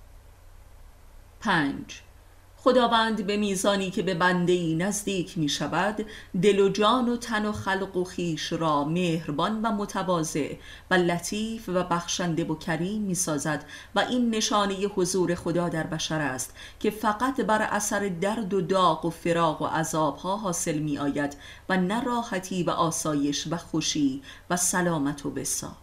پنج، خداوند به میزانی که به بنده‌ای نزدیک می شود دل و جان و تن و خلق و خیش را مهربان و متواضع و لطیف و بخشنده و کریم می سازد و این نشانه حضور خدا در بشر است که فقط بر اثر درد و داغ و فراق و عذابها حاصل می آید و نه راحتی و آسایش و خوشی و سلامت و وصال.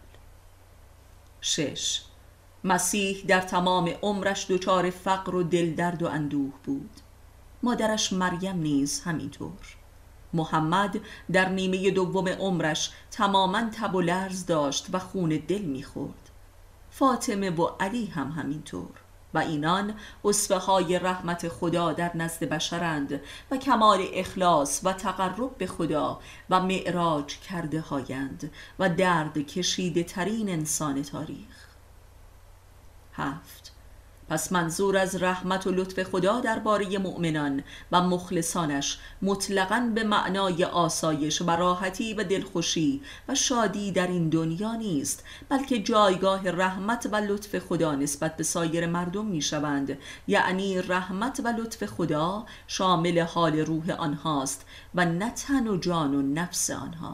شش، مسیح در تمام عمرش دچار فقر و دل درد و اندوه بود. مادرش مریم نیز همینطور. محمد در نیمه دوم عمرش تماماً تب و لرز داشت و خون دل می‌خورد. فاطمه و علی هم همینطور و اینان اسوه های رحمت خدا در نزد بشرند و کمال اخلاص و تقرب به خدا و معراج کرده هایند و درد کشیده ترین انسان تاریخ. هفت، پس منظور از رحمت و لطف خدا درباره مؤمنان و مخلصانش مطلقاً به معنای آسایش و راحتی و دلخوشی و شادی در این دنیا نیست، بلکه جایگاه رحمت و لطف خدا نسبت به سایر مردم می شوند، یعنی رحمت و لطف خدا شامل حال روح آنهاست و نه تن و جان و نفس آنها.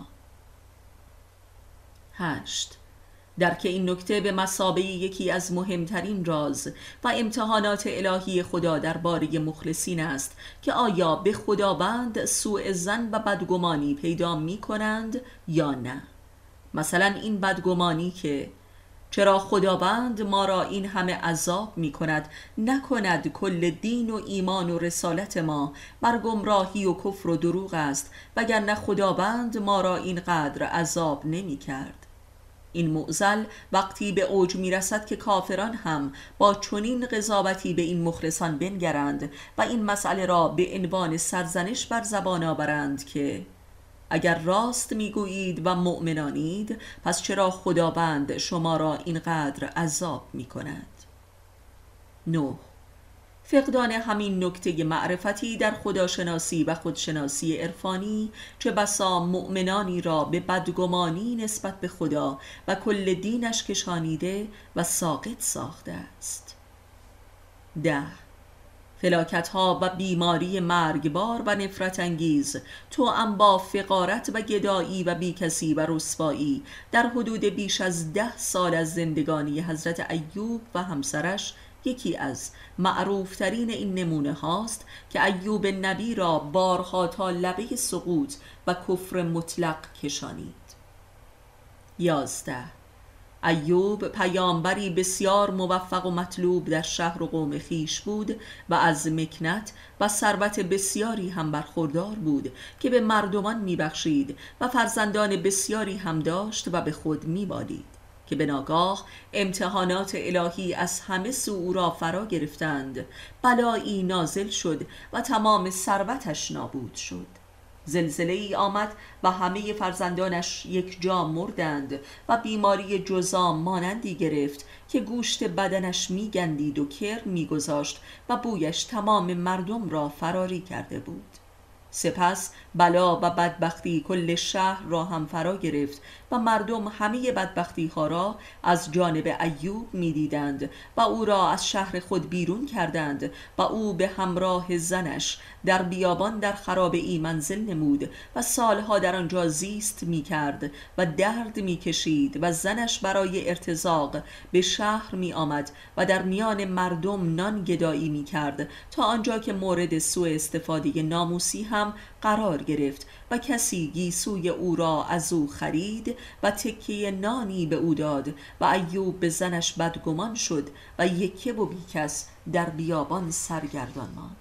هشت، در که این نکته به مثابه یکی از مهمترین راز و امتحانات الهی خدا درباره مخلصین است که آیا به خداوند سوء ظن و بدگمانی پیدا می کنند یا نه. مثلا این بدگمانی که چرا خداوند ما را این همه عذاب می کند، نکند کل دین و ایمان و رسالت ما بر گمراهی و کفر و دروغ است، وگرنه خداوند ما را اینقدر عذاب نمی کرد. این معضل وقتی به اوج می رسد که کافران هم با چنین قضاوتی به این مخلصان بنگرند و این مسئله را به عنوان سرزنش بر زبان آورند که اگر راست می گویید و مؤمنانید، پس چرا خداوند شما را اینقدر عذاب می کند؟ نه، فقدان همین نکته معرفتی در خداشناسی و خودشناسی عرفانی چه بسا مؤمنانی را به بدگمانی نسبت به خدا و کل دینش کشانیده و ساقط ساخته است. ده، فلاکت ها و بیماری مرگبار و نفرت انگیز توأم با فقارت و گدایی و بیکسی و رسوایی در حدود بیش از ده سال از زندگانی حضرت ایوب و همسرش یکی از معروفترین این نمونه هاست که ایوب نبی را بارها تا لبه سقوط و کفر مطلق کشانید. یازده، ایوب پیامبری بسیار موفق و مطلوب در شهر و قوم خیش بود و از مکنت و ثروت بسیاری هم برخوردار بود که به مردمان میبخشید و فرزندان بسیاری هم داشت و به خود میبالید که به ناگاه امتحانات الهی از همه سو او را فرا گرفتند. بلایی نازل شد و تمام ثروتش نابود شد. زلزله ای آمد و همه فرزندانش یک جا مردند و بیماری جذام مانندی گرفت که گوشت بدنش می گندید و کرم می گذاشت و بویش تمام مردم را فراری کرده بود. سپس بلا و بدبختی کل شهر را هم فرا گرفت و مردم همه بدبختی ها را از جانب ایوب می دیدند و او را از شهر خود بیرون کردند و او به همراه زنش در بیابان در خرابه‌ای منزل نمود و سالها در آنجا زیست می کرد و درد می کشید و زنش برای ارتزاق به شهر می آمد و در میان مردم نان گدایی می کرد تا آنجا که مورد سوء استفاده ناموسی هم قرار گرفت و کسی گیسوی او را از او خرید و تکه نانی به او داد و ایوب به زنش بدگمان شد و یکه و بیکس در بیابان سرگردان ماند.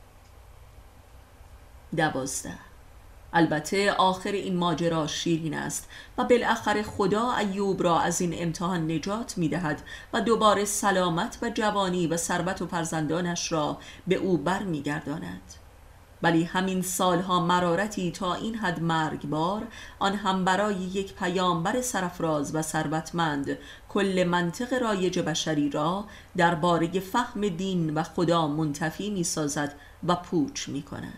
دوازده. البته آخر این ماجرا شیرین است و بالاخره خدا ایوب را از این امتحان نجات می دهد و دوباره سلامت و جوانی و ثروت و فرزندانش را به او بر می گرداند. ولی همین سالها مرارتی تا این حد مرگبار، آن هم برای یک پیامبر سرفراز و ثروتمند، کل منطق رایج بشری را درباره فهم دین و خدا منتفی می سازد و پوچ می کند.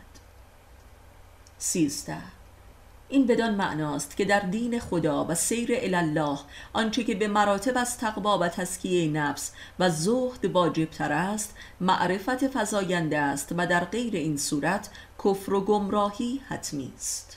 سیزده. این بدان معناست که در دین خدا و سیر الله آنچه که به مراتب از تقوا و تزکیه نفس و زهد واجب تر است معرفت فزاینده است و در غیر این صورت کفر و گمراهی حتمی است.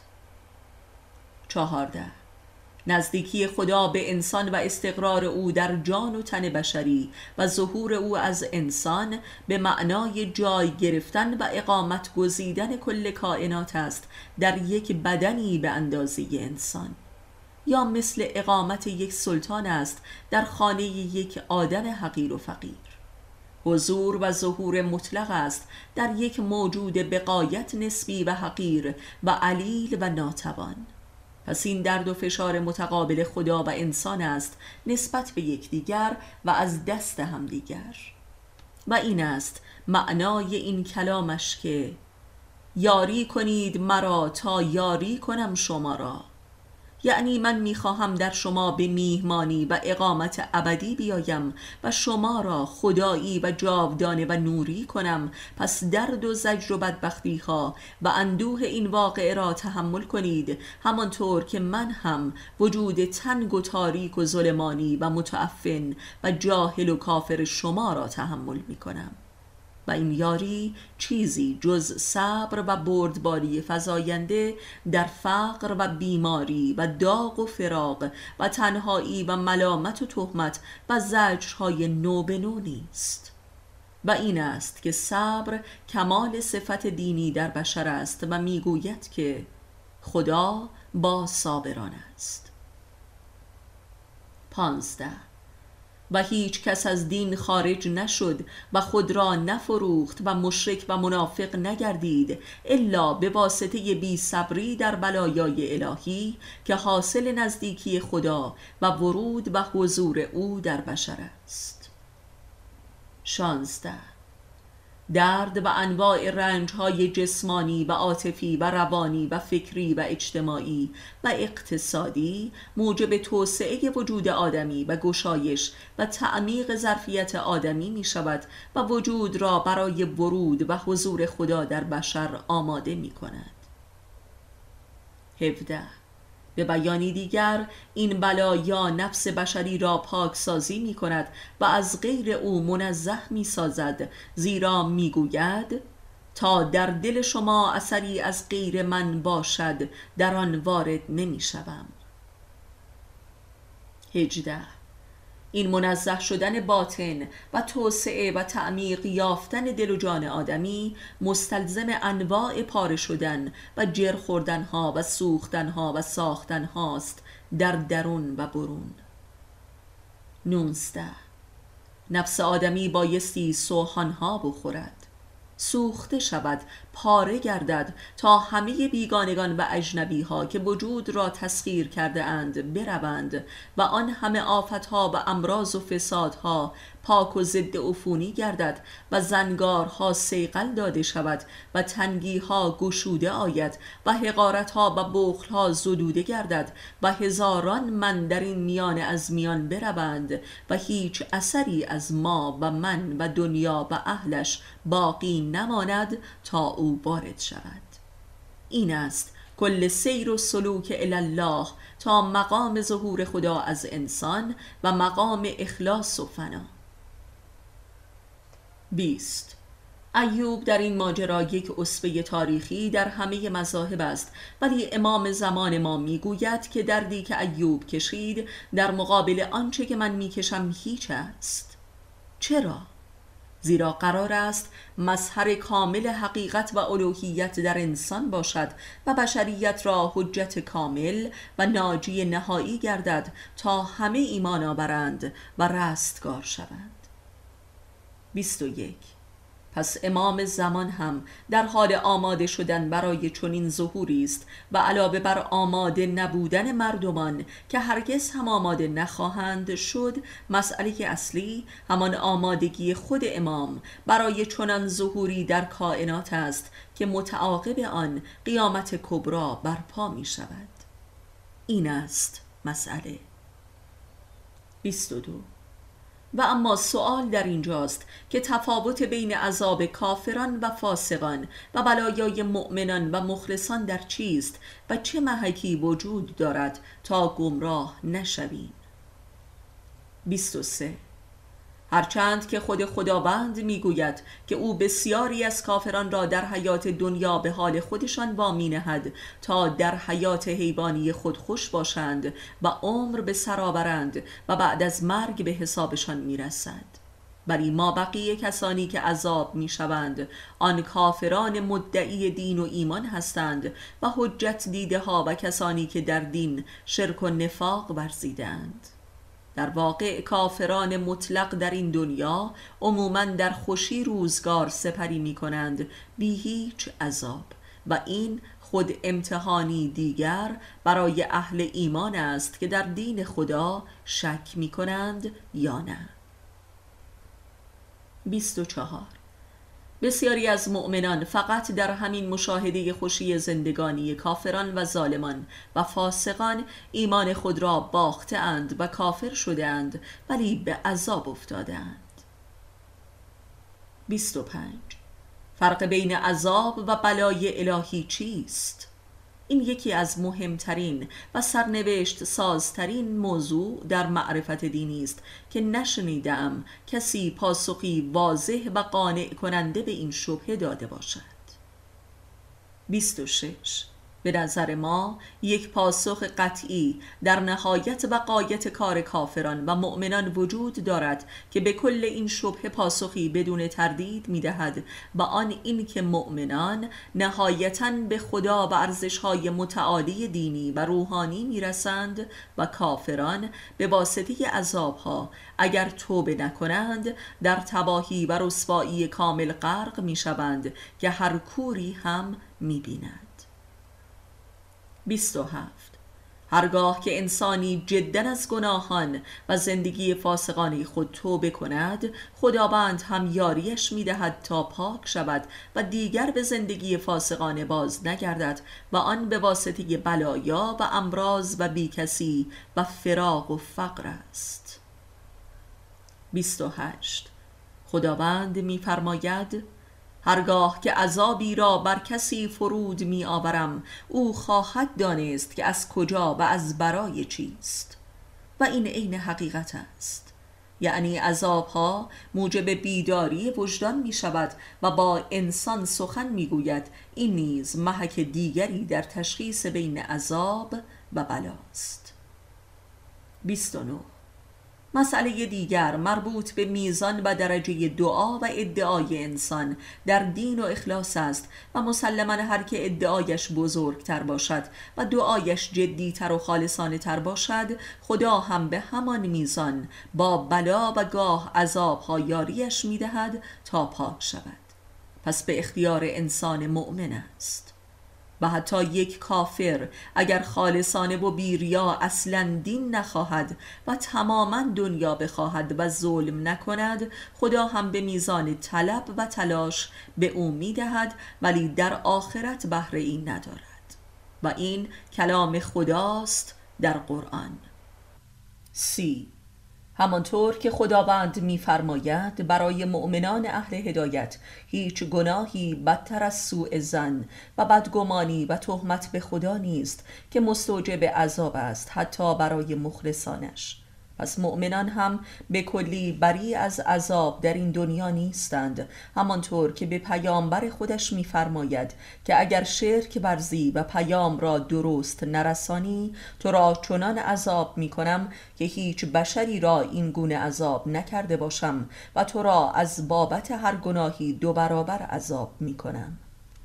چهارده. نزدیکی خدا به انسان و استقرار او در جان و تن بشری و ظهور او از انسان به معنای جای گرفتن و اقامت گزیدن کل کائنات است در یک بدنی به اندازه انسان، یا مثل اقامت یک سلطان است در خانه یک آدم حقیر و فقیر. حضور و ظهور مطلق است در یک موجود بغایت نسبی و حقیر و علیل و ناتوان. پس این درد و فشار متقابل خدا و انسان است نسبت به یکدیگر و از دست همدیگر. و این است معنای این کلامش که یاری کنید مرا تا یاری کنم شما را، یعنی من میخواهم در شما به میهمانی و اقامت ابدی بیایم و شما را خدایی و جاودانه و نوری کنم. پس درد و زجر و بدبختی ها و اندوه این واقعه را تحمل کنید، همانطور که من هم وجود تنگ و تاریک و ظلمانی و متعفن و جاهل و کافر شما را تحمل میکنم. و این یاری چیزی جز صبر و بردباری فزاینده در فقر و بیماری و داغ و فراق و تنهایی و ملامت و تهمت و زجرهای نو به نو نیست. و این است که صبر کمال صفت دینی در بشر است و میگوید که خدا با صابران است. پانزده. و هیچ کس از دین خارج نشد و خود را نفروخت و مشرک و منافق نگردید الا به واسطه بی صبری در بلایای الهی که حاصل نزدیکی خدا و ورود و حضور او در بشر است. شانزده. درد و انواع رنج‌های جسمانی و عاطفی و روانی و فکری و اجتماعی و اقتصادی موجب توسعه وجود آدمی و گشایش و تعمیق ظرفیت آدمی می شود و وجود را برای ورود و حضور خدا در بشر آماده می کند. هفده. به بیانی دیگر این بلا یا نفس بشری را پاکسازی می کند و از غیر او منزه می سازد، زیرا می گوید تا در دل شما اثری از غیر من باشد در آن وارد نمی شوم. هجده. این منزه شدن باطن و توسعه و تعمیق یافتن دل و جان آدمی مستلزم انواع پاره شدن و جر خوردن ها و سوختن ها و ساختن هاست در درون و برون. نوزده. نفس آدمی بایستی سوهان ها بخورد، سوخته شود، پاره گردد تا همه بیگانگان و اجنبی ها که وجود را تسخیر کرده اند بروند و آن همه آفت ها و امراض و فساد ها پاک و ضد عفونی گردد و زنگارها صیقل داده شود و تنگی ها گشوده آید و حقارت ها و بخل ها زدوده گردد و هزاران من در این میان از میان بروند و هیچ اثری از ما و من و دنیا و اهلش باقی نماند تا او وارد شود. این است کل سیر و سلوک الله تا مقام ظهور خدا از انسان و مقام اخلاص و فنا. بیست. ایوب در این ماجرا یک اسوه تاریخی در همه مذاهب است، ولی امام زمان ما میگوید که دردی که ایوب کشید در مقابل آنچه که من میکشم هیچ است. چرا؟ زیرا قرار است مظهر کامل حقیقت و الوهیت در انسان باشد و بشریت را حجت کامل و ناجی نهایی گردد تا همه ایمان آورند و رستگار شوند. بیست و یک. پس امام زمان هم در حال آماده شدن برای چنین ظهوری است و علاوه بر آماده نبودن مردمان که هرگز هم آماده نخواهند شد، مسئله اصلی همان آمادگی خود امام برای چنان ظهوری در کائنات است که متعاقب آن قیامت کبری برپا می شود. این است مسئله. بیست و دو. و اما سؤال در اینجاست که تفاوت بین عذاب کافران و فاسقان و بلایای مؤمنان و مخلصان در چیست و چه محکی وجود دارد تا گمراه نشویم. بیست و سه. هرچند که خود خداوند میگوید که او بسیاری از کافران را در حیات دنیا به حال خودشان وامی نهد تا در حیات حیوانی خود خوش باشند و عمر به سر آورند و بعد از مرگ به حسابشان میرسد، ولی ما بقیه کسانی که عذاب میشوند آن کافران مدعی دین و ایمان هستند و حجت دیده ها و کسانی که در دین شرک و نفاق ورزیدند. در واقع کافران مطلق در این دنیا عموماً در خوشی روزگار سپری می کنند بی هیچ عذاب، و این خود امتحانی دیگر برای اهل ایمان است که در دین خدا شک می کنند یا نه. بیست و چهار. بسیاری از مؤمنان فقط در همین مشاهده خوشی زندگانی کافران و ظالمان و فاسقان ایمان خود را باخته اند و کافر شده اند، ولی به عذاب افتاده اند. بیست و پنج. فرق بین عذاب و بلای الهی چیست؟ این یکی از مهمترین و سرنوشت سازترین موضوع در معرفت دینی است که نشنیدم کسی پاسخی واضح و قانع کننده به این شبهه داده باشد. بیست و شش. به نظر ما یک پاسخ قطعی در نهایت و غایت کار کافران و مؤمنان وجود دارد که به کل این شبهه پاسخی بدون تردید می‌دهد، و آن این که مؤمنان نهایتاً به خدا و ارزش‌های متعالی دینی و روحانی می‌رسند و کافران به واسطه عذاب‌ها اگر توبه نکنند در تباهی و رسوایی کامل غرق می‌شوند که هر کوری هم می‌بیند. بیست و هفت. هرگاه که انسانی جداً از گناهان و زندگی فاسقانه خود توبه کند، خداوند هم یاریش می‌دهد تا پاک شود و دیگر به زندگی فاسقانه باز نگردد، و آن به واسطه بلایا و امراض و بیکسی و فراق و فقر است. بیست و هشت. خداوند می‌فرماید: هرگاه که عذابی را بر کسی فرود می آورم، او خواهد دانست که از کجا و از برای چیست. و این عین حقیقت است. یعنی عذابها موجب بیداری وجدان می شود و با انسان سخن می گوید. این نیز محک دیگری در تشخیص بین عذاب و بلاست. بیست و نه. مسئله دیگر مربوط به میزان و درجه دعا و ادعای انسان در دین و اخلاص است، و مسلماً هر که ادعایش بزرگتر باشد و دعایش جدیتر و خالصانه تر باشد، خدا هم به همان میزان با بلا و گاه عذاب‌ها یاریش می‌دهد تا پاک شود. پس به اختیار انسان مؤمن است. و حتی یک کافر اگر خالصانه و بیریا اصلا دین نخواهد و تماما دنیا بخواهد و ظلم نکند، خدا هم به میزان طلب و تلاش به او میدهد، ولی در آخرت بهره این ندارد. و این کلام خداست در قرآن. سی. همانطور که خداوند می‌فرماید برای مؤمنان اهل هدایت هیچ گناهی بدتر از سوء ظن و بدگمانی و تهمت به خدا نیست که مستوجب عذاب است، حتی برای مخلصانش. پس مؤمنان هم به کلی بری از عذاب در این دنیا نیستند، همانطور که به پیامبر خودش می‌فرماید که اگر شرک ورزی و پیام را درست نرسانی تو را چنان عذاب می‌کنم که هیچ بشری را این گونه عذاب نکرده باشم و تو را از بابت هر گناهی دو برابر عذاب می‌کنم.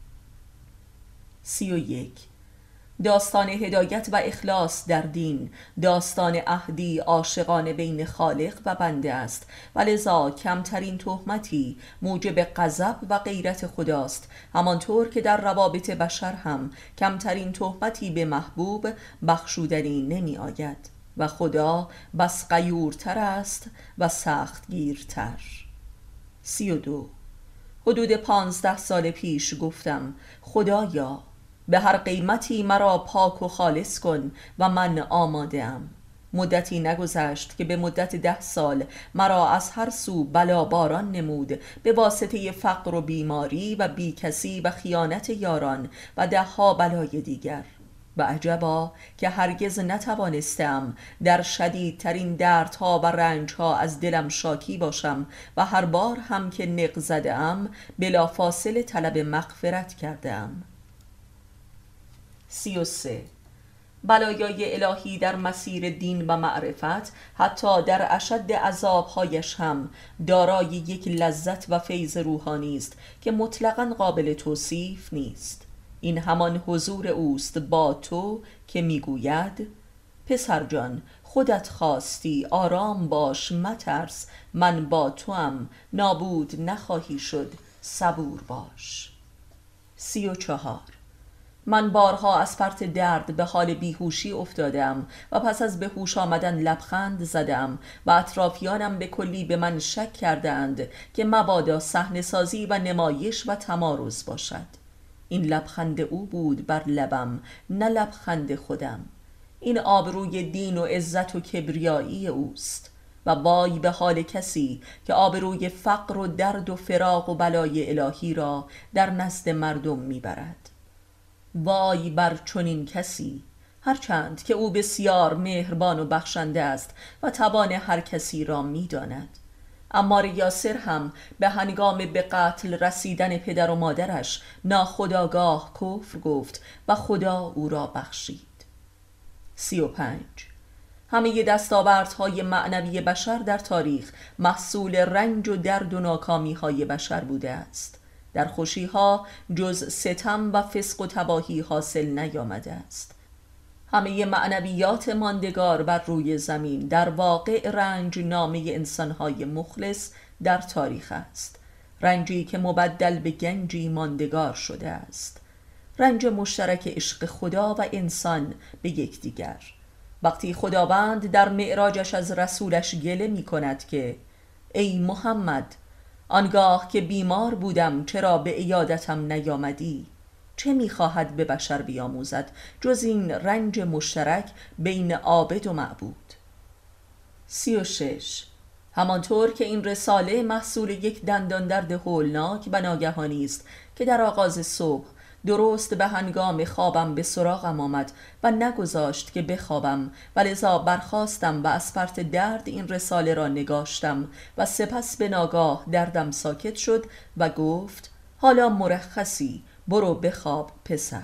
سی و یک. داستان هدایت و اخلاص در دین داستان عهدی عاشقانه بین خالق و بنده است و لذا کمترین تهمتی موجب غضب و غیرت خداست، همانطور که در روابط بشر هم کمترین تهمتی به محبوب بخشودنی نمی آید و خدا بس غیورتر است و سختگیرتر. سی و دو. حدود پانزده سال پیش گفتم خدایا به هر قیمتی مرا پاک و خالص کن و من آماده ام. مدتی نگذشت که به مدت ده سال مرا از هر سو بلا باران نمود به واسطه فقر و بیماری و بیکسی و خیانت یاران و ده ها بلای دیگر. و عجبا که هرگز نتوانستم در شدیدترین دردها و رنجها از دلم شاکی باشم و هر بار هم که نق زدم بلافاصله طلب مغفرت کردم. سی و سه. بلایای الهی در مسیر دین و معرفت حتی در اشد عذابهایش هم دارای یک لذت و فیض روحانی است که مطلقاً قابل توصیف نیست. این همان حضور اوست با تو که میگوید پسر جان خودت خواستی آرام باش مترس من با توام نابود نخواهی شد صبور باش. سی و چهار. من بارها از فرط درد به حال بیهوشی افتادم و پس از به هوش آمدن لبخند زدم و اطرافیانم به کلی به من شک کردند که مبادا صحنه سازی و نمایش و تمارض باشد. این لبخند او بود بر لبم، نه لبخند خودم. این آبروی دین و عزت و کبریایی اوست و وای به حال کسی که آبروی فقر و درد و فراق و بلای الهی را در نزد مردم میبرد. وای بر چنین کسی، هرچند که او بسیار مهربان و بخشنده است و توان هر کسی را میداند. عمار یاسر هم به هنگام به قتل رسیدن پدر و مادرش ناخودآگاه کفر گفت و خدا او را بخشید. سی و پنج. همه دستاوردهای معنوی بشر در تاریخ محصول رنج و درد و ناکامی های بشر بوده است. در خوشیها جز ستم و فسق و تباهی حاصل نیامده است. همه معنویات ماندگار بر روی زمین در واقع رنج نامه انسانهای مخلص در تاریخ است، رنجی که مبدل به گنجی ماندگار شده است، رنج مشترک عشق خدا و انسان به یکدیگر. وقتی خداوند در معراجش از رسولش گله می کند که ای محمد آنگاه که بیمار بودم چرا به عیادتم نیامدی، چه میخواهد به بشر بیاموزد جز این رنج مشترک بین عابد و معبود؟ سی و شش. همانطور که این رساله محصول یک دندان درد هولناک و ناگهانی است که در آغاز صبح درست به هنگام خوابم به سراغم آمد و نگذاشت که بخوابم و لذا برخاستم و از فرط درد این رساله را نگاشتم و سپس به ناگاه دردم ساکت شد و گفت حالا مرخصی، برو بخواب پسر.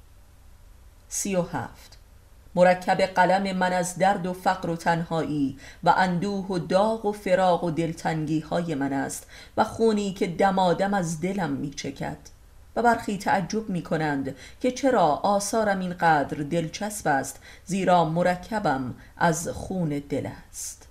سی و هفت. مرکب قلم من از درد و فقر و تنهایی و اندوه و داغ و فراق و دلتنگی های من است و خونی که دمادم از دلم می چکد و برخی تعجب می کنند که چرا آثارم اینقدر دلچسب است، زیرا مرکبم از خون دل است.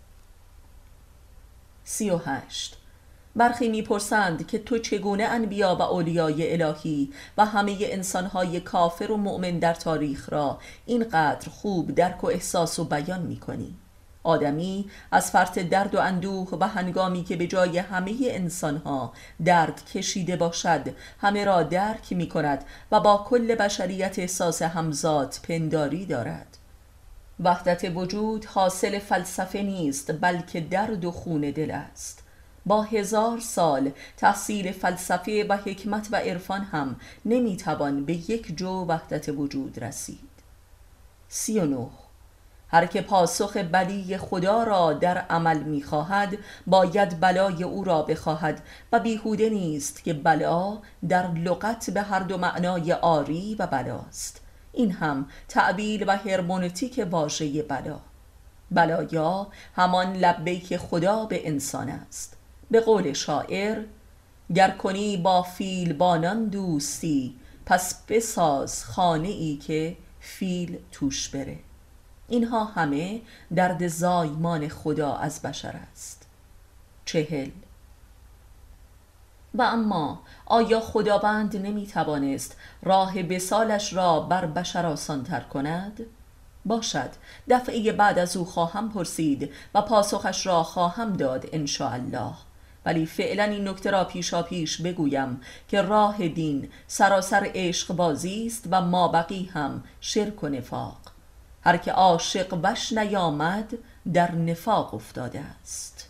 سی و هشت. برخی میپرسند که تو چگونه انبیا و اولیای الهی و همه انسانهای کافر و مؤمن در تاریخ را اینقدر خوب درک و احساس و بیان میکنی؟ آدمی از فرط درد و اندوه و هنگامی که به جای همه انسانها درد کشیده باشد همه را درک میکند و با کل بشریت احساس همزاد پنداری دارد. وحدت وجود حاصل فلسفه نیست بلکه درد و خون دل است. با هزار سال تحصیل فلسفه و حکمت و عرفان هم نمیتوان به یک جو وحدت وجود رسید. سی و نه. هر که پاسخ بلی خدا را در عمل می‌خواهد باید بلای او را بخواهد و بیهوده نیست که بلا در لغت به هر دو معنای آری و بلاست. این هم تعبیر و هرمنوتیک واژه بلا. بلایا همان لبیک خدا به انسان است. به قول شاعر: گر کنی با فیلبانان دوستی، پس بساز خانه ای که فیل توش بره. اینها همه درد زایمان خدا از بشر است. چهل. و اما آیا خداوند نمی توانست راه وصالش را بر بشر آسان‌تر کند؟ باشد، دفعه بعد از او خواهم پرسید و پاسخش را خواهم داد ان شاء الله. ولی فعلا این نکته را پیشا پیش بگویم که راه دین سراسر عشق بازی است و مابقی هم شرک و نفاق. هر که عاشق وش نیامد در نفاق افتاده است.